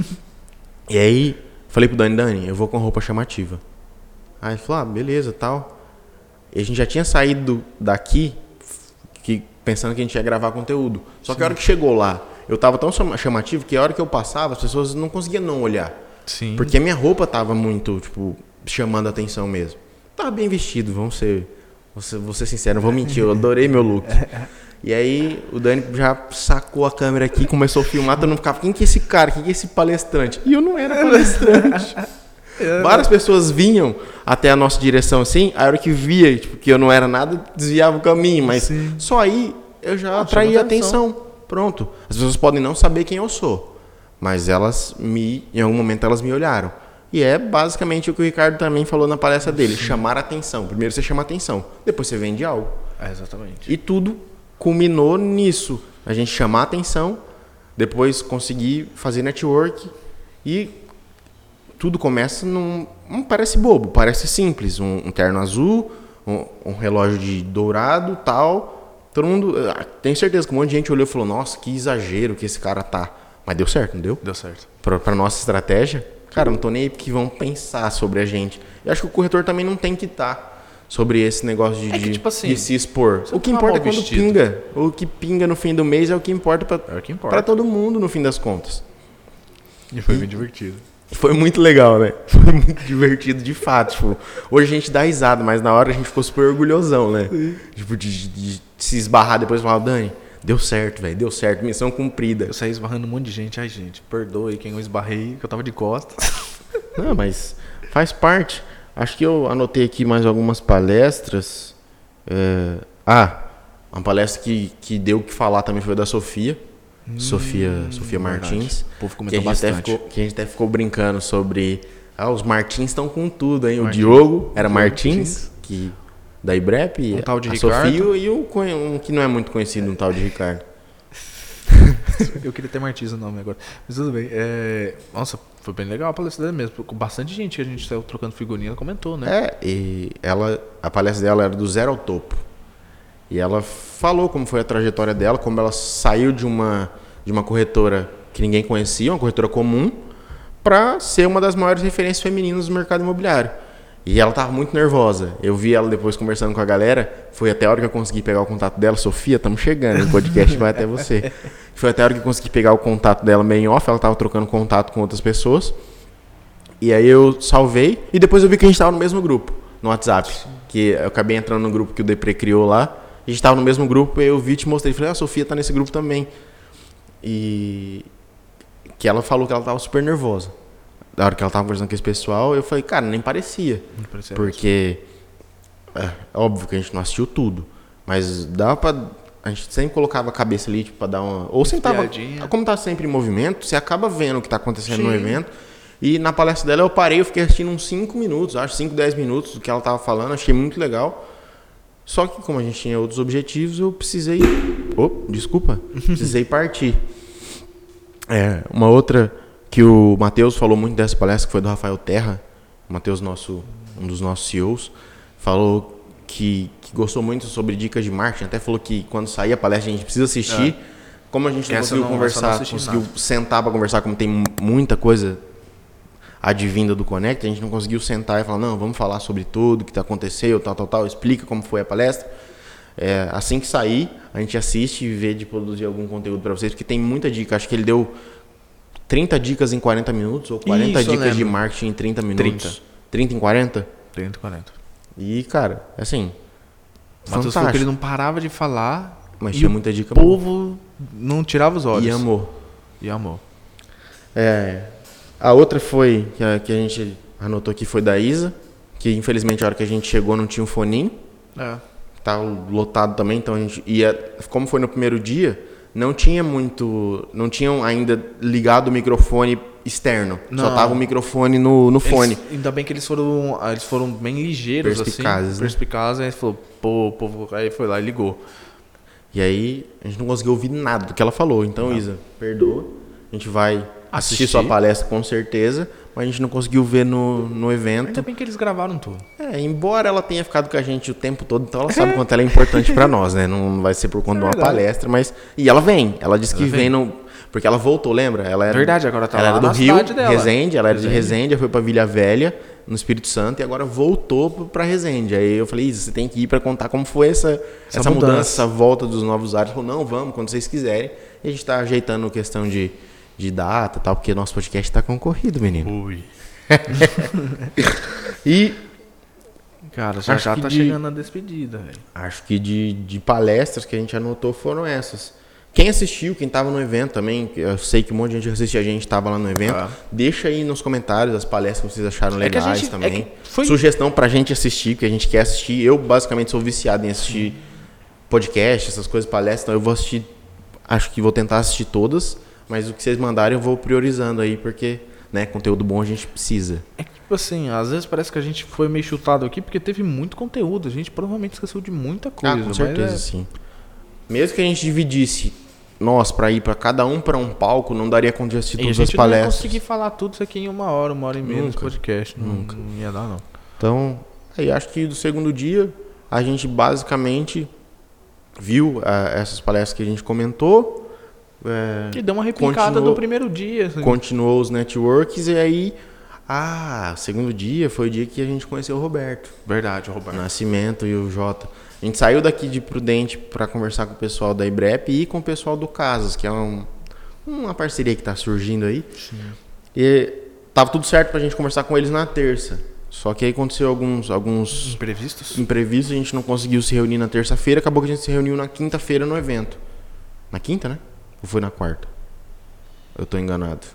E aí, falei pro Dani, eu vou com roupa chamativa. Aí ele falou, beleza, tal. E a gente já tinha saído daqui, pensando que a gente ia gravar conteúdo. Só que a hora que chegou lá, eu tava tão chamativo que a hora que eu passava, as pessoas não conseguiam não olhar. Sim. Porque a minha roupa tava muito, chamando a atenção mesmo. Tava bem vestido, vou ser sincero, não vou mentir, eu adorei meu look. E aí o Dani já sacou a câmera aqui, começou a filmar, todo mundo ficava, quem que é esse cara, quem que é esse palestrante? E eu não era palestrante. Várias pessoas vinham até a nossa direção assim, a hora que via, tipo, que eu não era nada, desviava o caminho, mas só aí eu já atraía atenção. Pronto. As pessoas podem não saber quem eu sou, mas em algum momento elas me olharam. E é basicamente o que o Ricardo também falou na palestra dele, chamar a atenção. Primeiro você chama a atenção, depois você vende algo. Exatamente. E tudo culminou nisso. A gente chamar a atenção, depois conseguir fazer network e tudo começa parece bobo, parece simples. Um terno azul, um relógio de dourado, tal. Todo mundo... Tenho certeza que um monte de gente olhou e falou, nossa, que exagero que esse cara tá. Mas deu certo, não deu? Deu certo. Pra nossa estratégia, cara, não tô nem aí porque vão pensar sobre a gente. Eu acho que o corretor também não tem que estar sobre esse negócio tipo assim, de se expor. O que importa é quando pinga. O que pinga no fim do mês é o que importa pra todo mundo, no fim das contas. E foi bem divertido. Foi muito legal, né? Foi muito divertido, de fato. Tipo, hoje a gente dá risada, mas na hora a gente ficou super orgulhosão, né? Tipo, de se esbarrar depois e falar, Dani, deu certo, velho, deu certo, missão cumprida. Eu saí esbarrando um monte de gente. Ai, gente, perdoe quem eu esbarrei, que eu tava de costas. Não, mas faz parte. Acho que eu anotei aqui mais algumas palestras. Uma palestra que deu o que falar também foi da Sofia. Sofia Martins. O povo comentou bastante. Que a gente até ficou brincando sobre... os Martins estão com tudo, hein? O Diogo era Martins, da IBREP. Um tal de a Ricardo. Sofia e um que não é muito conhecido, um tal de Ricardo. Eu queria ter Martins no nome agora. Mas tudo bem. Nossa, foi bem legal a palestra dela mesmo. Com bastante gente que a gente saiu trocando figurinha, ela comentou, né? E a palestra dela era do zero ao topo. E ela falou como foi a trajetória dela, como ela saiu de uma corretora que ninguém conhecia, uma corretora comum, para ser uma das maiores referências femininas do mercado imobiliário. E ela estava muito nervosa. Eu vi ela depois conversando com a galera. Foi até a hora que eu consegui pegar o contato dela. Sofia, estamos chegando. O podcast vai até você. Foi até a hora que eu consegui pegar o contato dela meio em off. Ela estava trocando contato com outras pessoas. E aí eu salvei. E depois eu vi que a gente estava no mesmo grupo, no WhatsApp. Que eu acabei entrando no grupo que o Depre criou lá. A gente estava no mesmo grupo. E eu vi e te mostrei. Falei, a Sofia está nesse grupo também. E que ela falou que ela estava super nervosa. Da hora que ela tava conversando com esse pessoal, eu falei, cara, nem parecia. Porque óbvio que a gente não assistiu tudo. Mas dava pra... A gente sempre colocava a cabeça ali, tipo, pra dar uma... Ou sentava... Como tá sempre em movimento, você acaba vendo o que tá acontecendo no evento. E na palestra dela eu parei, eu fiquei assistindo uns 5 minutos, acho 5, 10 minutos do que ela tava falando. Achei muito legal. Só que como a gente tinha outros objetivos, eu precisei... Precisei partir. Uma outra... que o Matheus falou muito dessa palestra, que foi do Rafael Terra. O Matheus, um dos nossos CEOs, falou que gostou muito sobre dicas de marketing. Até falou que quando sair a palestra a gente precisa assistir. Como a gente não conseguiu conversar, conseguiu sentar para conversar, como tem muita coisa advinda do Connect, a gente não conseguiu sentar e falar, não, vamos falar sobre tudo que aconteceu, tal, explica como foi a palestra. Assim que sair, a gente assiste e vê de produzir algum conteúdo para vocês, porque tem muita dica. Acho que ele deu 30 dicas em 40 minutos, ou 40 dicas de marketing em 30 minutos. 30 em 40? 30 em 40. E, cara, assim, o Matheus falou que ele não parava de falar, mas tinha muita dica. O povo não tirava os olhos. E amou. A outra foi, que a gente anotou aqui, foi da Isa, que infelizmente a hora que a gente chegou não tinha um foninho. Tava lotado também, então a gente ia, como foi no primeiro dia... Não tinham ainda ligado o microfone externo. Não. Só tava o microfone no fone. Ainda bem que eles foram bem ligeiros, perspicazes, aí falou, povo, aí foi lá e ligou. E aí a gente não conseguiu ouvir nada do que ela falou. Então, Isa, perdoa. A gente vai assistir sua palestra com certeza, mas a gente não conseguiu ver no evento. Ainda bem que eles gravaram tudo. Embora ela tenha ficado com a gente o tempo todo, então ela sabe quanto ela é importante pra nós, né? Não vai ser por conta de uma palestra, mas... E ela vem. Ela disse que vem no... Porque ela voltou, lembra? Ela era, verdade, agora tá ela lá era do na Rio, cidade dela. Resende, ela era de Resende, foi pra Vila Velha, no Espírito Santo, e agora voltou pra Resende. Aí eu falei, Isa, você tem que ir pra contar como foi essa mudança, essa volta dos novos áreas. Ela falou, não, vamos, quando vocês quiserem. E a gente tá ajeitando questão de data e tal, porque nosso podcast tá concorrido, menino. Ui. E... Cara, já tá chegando a despedida, velho. Acho que de palestras que a gente anotou foram essas. Quem assistiu, quem tava no evento também, eu sei que um monte de gente assistia a gente, tava lá no evento, deixa aí nos comentários as palestras que vocês acharam legais também. Sugestão pra gente assistir, que a gente quer assistir. Eu, basicamente, sou viciado em assistir podcast, essas coisas, palestras, então eu vou assistir, acho que vou tentar assistir todas, mas o que vocês mandarem eu vou priorizando aí, porque, né, conteúdo bom a gente precisa. É que, tipo assim, às vezes parece que a gente foi meio chutado aqui, porque teve muito conteúdo, a gente provavelmente esqueceu de muita coisa. Com certeza, sim. Mesmo que a gente dividisse nós pra ir pra cada um pra um palco, não daria conta de assistir todas as palestras. A gente não ia conseguir falar tudo isso aqui em 1 hora e meia no podcast. Nunca. Não ia dar, não. Então, aí acho que do segundo dia, a gente basicamente viu essas palestras que a gente comentou. E deu uma replicada do primeiro dia. Assim. Continuou os networks e aí... segundo dia foi o dia que a gente conheceu o Roberto. Verdade, o Roberto. Nascimento e o Jota. A gente saiu daqui de Prudente para conversar com o pessoal da IBREP e com o pessoal do Casas, que é uma parceria que está surgindo aí. Sim. E tava tudo certo para a gente conversar com eles na terça. Só que aí aconteceu alguns imprevistos, a gente não conseguiu se reunir na terça-feira, acabou que a gente se reuniu na quinta-feira no evento. Na quinta, né? Ou foi na quarta? Eu tô enganado.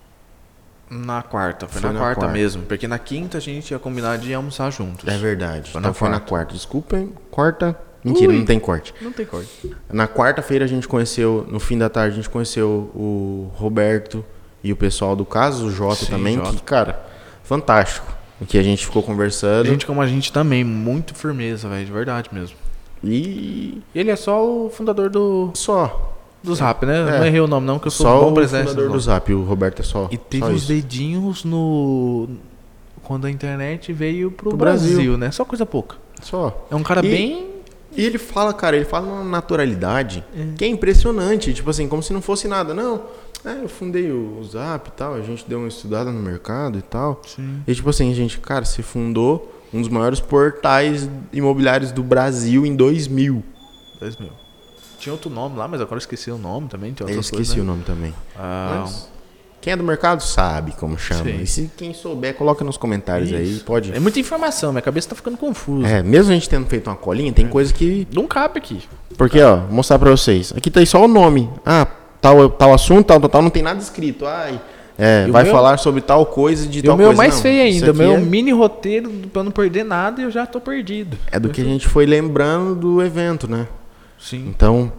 Na quarta, foi na quarta mesmo. Porque na quinta a gente ia combinar de almoçar juntos. É verdade. Então foi na quarta. Desculpa, quarta. Mentira, não tem corte. Não tem corte. Na quarta-feira a gente conheceu, no fim da tarde, a gente conheceu o Roberto e o pessoal do Caso, o Jota também. Jota. Que, cara, fantástico. O que a gente ficou conversando. Gente como a gente também, muito firmeza, velho, de verdade mesmo. E ele é só o fundador do Zap, né? Não errei o nome não, que eu sou só bom presença. Só o fundador do Zap, o Roberto é só. E teve os dedinhos quando a internet veio pro Brasil, né? Só coisa pouca. Só. É um cara bem... E ele fala, uma naturalidade que é impressionante. Tipo assim, como se não fosse nada. Não, eu fundei o Zap e tal, a gente deu uma estudada no mercado e tal. Sim. E tipo assim, gente, cara, você fundou um dos maiores portais imobiliários do Brasil em 2000. Tinha outro nome lá, mas agora eu esqueci o nome também. Eu esqueci o nome também. Mas quem é do mercado sabe como chama. Sim. E se quem souber, coloca nos comentários aí. Pode. É muita informação, minha cabeça tá ficando confusa. Mesmo a gente tendo feito uma colinha, tem coisa que... Não cabe aqui. Porque, vou mostrar pra vocês. Aqui tá aí só o nome. Tal assunto, tal, não tem nada escrito. Vai falar sobre tal coisa de tal coisa. E o meu mais feio ainda, o meu mini roteiro pra não perder nada e eu já tô perdido. É do que a gente foi lembrando do evento, né? Sim. Então,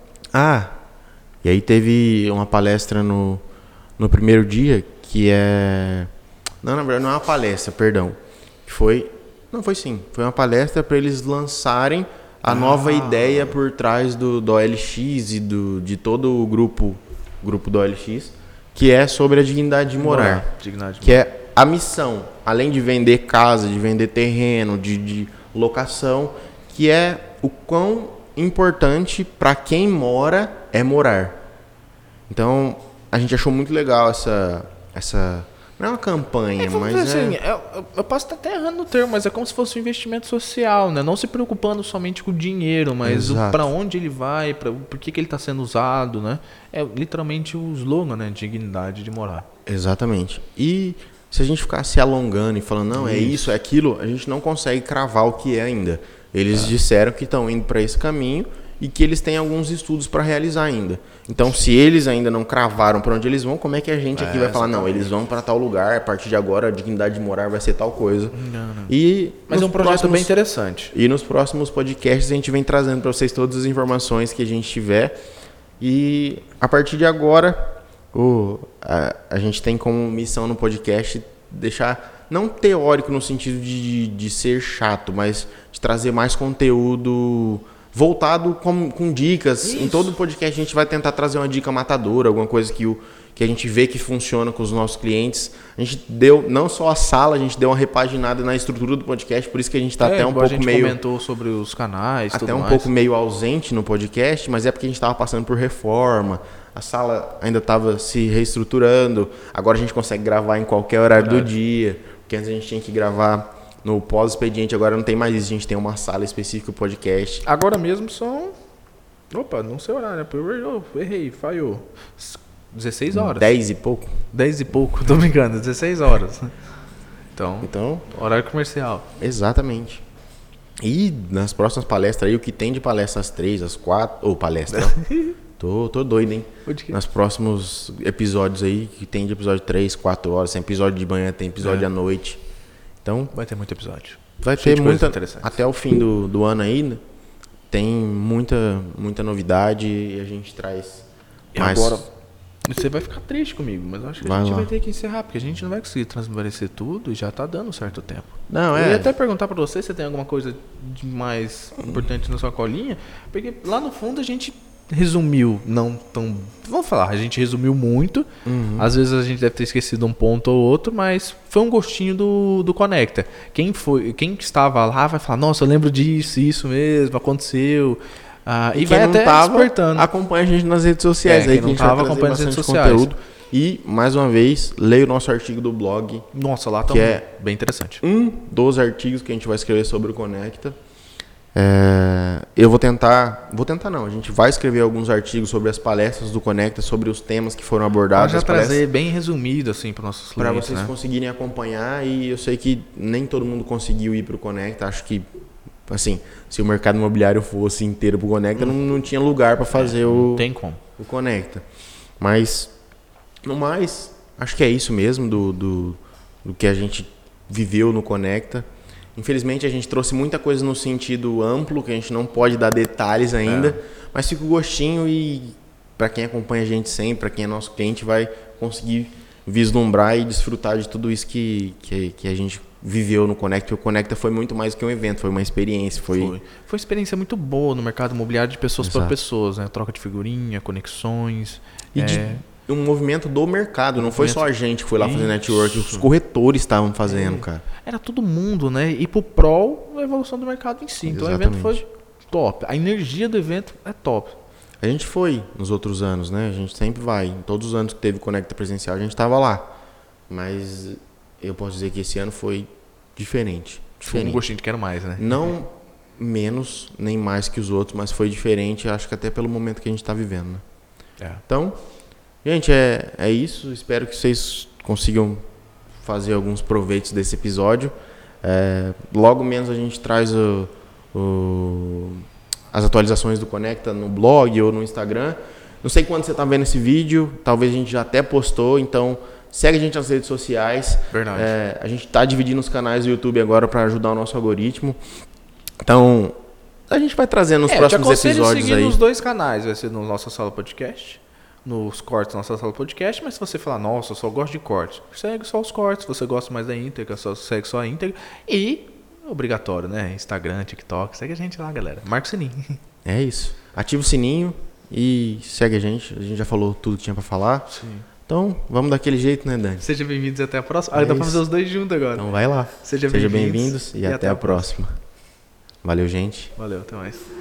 e aí teve uma palestra no primeiro dia, que é... Não, na verdade não é uma palestra, perdão. Foi uma palestra para eles lançarem a nova ideia por trás do OLX e de todo o grupo do OLX, que é sobre a dignidade de morar. Que é a missão, além de vender casa, de vender terreno, de locação, que é o quão importante para quem mora é morar. Então, a gente achou muito legal essa não é uma campanha, mas assim, eu posso estar até errando no termo, mas é como se fosse um investimento social, né? Não se preocupando somente com o dinheiro, mas para onde ele vai, por que ele está sendo usado, né? É literalmente o slogan, né? Dignidade de morar. Exatamente. E se a gente ficar se alongando e falando, não, é isso, é aquilo, a gente não consegue cravar o que é ainda. Eles disseram que estão indo para esse caminho e que eles têm alguns estudos para realizar ainda. Então, se eles ainda não cravaram para onde eles vão, como é que a gente aqui vai falar, não, eles vão para tal lugar, a partir de agora a dignidade de morar vai ser tal coisa. Não. E mas é um projeto bem interessante. E nos próximos podcasts a gente vem trazendo para vocês todas as informações que a gente tiver. E a partir de agora, a gente tem como missão no podcast deixar, não teórico no sentido de ser chato, mas de trazer mais conteúdo voltado com dicas. Isso. Em todo podcast a gente vai tentar trazer uma dica matadora, alguma coisa que a gente vê que funciona com os nossos clientes. A gente deu, não só a sala, a gente deu uma repaginada na estrutura do podcast, por isso que a gente está até um pouco meio... A gente comentou sobre os canais, até um pouco meio ausente no podcast, mas é porque a gente estava passando por reforma, a sala ainda estava se reestruturando, agora a gente consegue gravar em qualquer horário do dia, porque antes a gente tinha que gravar no pós-expediente, agora não tem mais isso, a gente tem uma sala específica do podcast. Agora mesmo são... Opa, não sei o horário, eu errei, falhou. 16 horas. 10 e pouco? 10 e pouco, tô brincando, 16 horas. Então, horário comercial. Exatamente. E nas próximas palestras aí, o que tem de palestra às 3, às 4... Ou palestra, Tô doido, hein? Pode que... Nos próximos episódios aí, que tem de episódio 3, 4 horas, tem episódio de manhã, tem episódio à noite. Então, vai ter muito episódio. Vai ter muita... Até o fim do ano aí, né? Tem muita novidade e a gente traz mais... Agora, você vai ficar triste comigo, mas eu acho que a gente vai ter que encerrar, porque a gente não vai conseguir transparecer tudo e já tá dando um certo tempo. Não, Eu ia até perguntar pra você se tem alguma coisa de mais importante na sua colinha, porque lá no fundo a gente resumiu, não tão... Vamos falar, a gente resumiu muito, às vezes a gente deve ter esquecido um ponto ou outro, mas foi um gostinho do Conecta. Quem estava lá vai falar, nossa, eu lembro disso, isso mesmo, aconteceu... e vai até despertando. Acompanha a gente nas redes sociais. Aí quem não tava, acompanha nas redes sociais. Conteúdo. E, mais uma vez, leia o nosso artigo do blog. Nossa, lá tá bem interessante. Um dos artigos que a gente vai escrever sobre o Conecta. Eu vou tentar não, a gente vai escrever alguns artigos sobre as palestras do Conecta, sobre os temas que foram abordados. Já trazer bem resumido assim para nossos clientes, para vocês conseguirem acompanhar. E eu sei que nem todo mundo conseguiu ir para o Conecta. Acho que, assim, se o mercado imobiliário fosse inteiro para o Conecta, não tinha lugar para fazer o Conecta. Mas, no mais, acho que é isso mesmo do que a gente viveu no Conecta. Infelizmente, a gente trouxe muita coisa no sentido amplo, que a gente não pode dar detalhes ainda, mas fica o gostinho e para quem acompanha a gente sempre, para quem é nosso cliente, vai conseguir vislumbrar e desfrutar de tudo isso que a gente viveu no Conecta. O Conecta foi muito mais do que um evento, foi uma experiência. Foi uma experiência muito boa no mercado imobiliário de pessoas para pessoas, né? Troca de figurinha, conexões. E um movimento do mercado, não foi só a gente que foi lá fazer network, os corretores estavam fazendo, cara. Era todo mundo, né? E pro prol, a evolução do mercado em si. Então o evento foi top. A energia do evento é top. A gente foi nos outros anos, né? A gente sempre vai. Em todos os anos que teve Conecta presencial, a gente estava lá. Mas eu posso dizer que esse ano foi diferente. Foi um gostinho de quero mais, né? Não menos, nem mais que os outros, mas foi diferente, acho que até pelo momento que a gente está vivendo, né? Então, gente, é isso. Espero que vocês consigam fazer alguns proveitos desse episódio. Logo menos a gente traz as atualizações do Conecta no blog ou no Instagram. Não sei quando você está vendo esse vídeo, talvez a gente já até postou, então segue a gente nas redes sociais. Verdade. A gente está dividindo os canais do YouTube agora para ajudar o nosso algoritmo. Então, a gente vai trazendo nos próximos episódios seguir aí. Nos dois canais, vai ser no Nossa Sala Podcast, nos cortes da Nossa Sala Podcast, mas se você falar, nossa, eu só gosto de cortes, segue só os cortes. Se você gosta mais da íntegra, segue só a íntegra. E, obrigatório, né? Instagram, TikTok, segue a gente lá, galera. Marca o sininho. É isso. Ativa o sininho e segue a gente. A gente já falou tudo que tinha pra falar. Sim. Então, vamos daquele jeito, né, Dani? Sejam bem-vindos e até a próxima. Dá pra fazer os dois juntos agora. Então vai lá. Sejam bem-vindos e até a próxima. Valeu, gente. Valeu, até mais.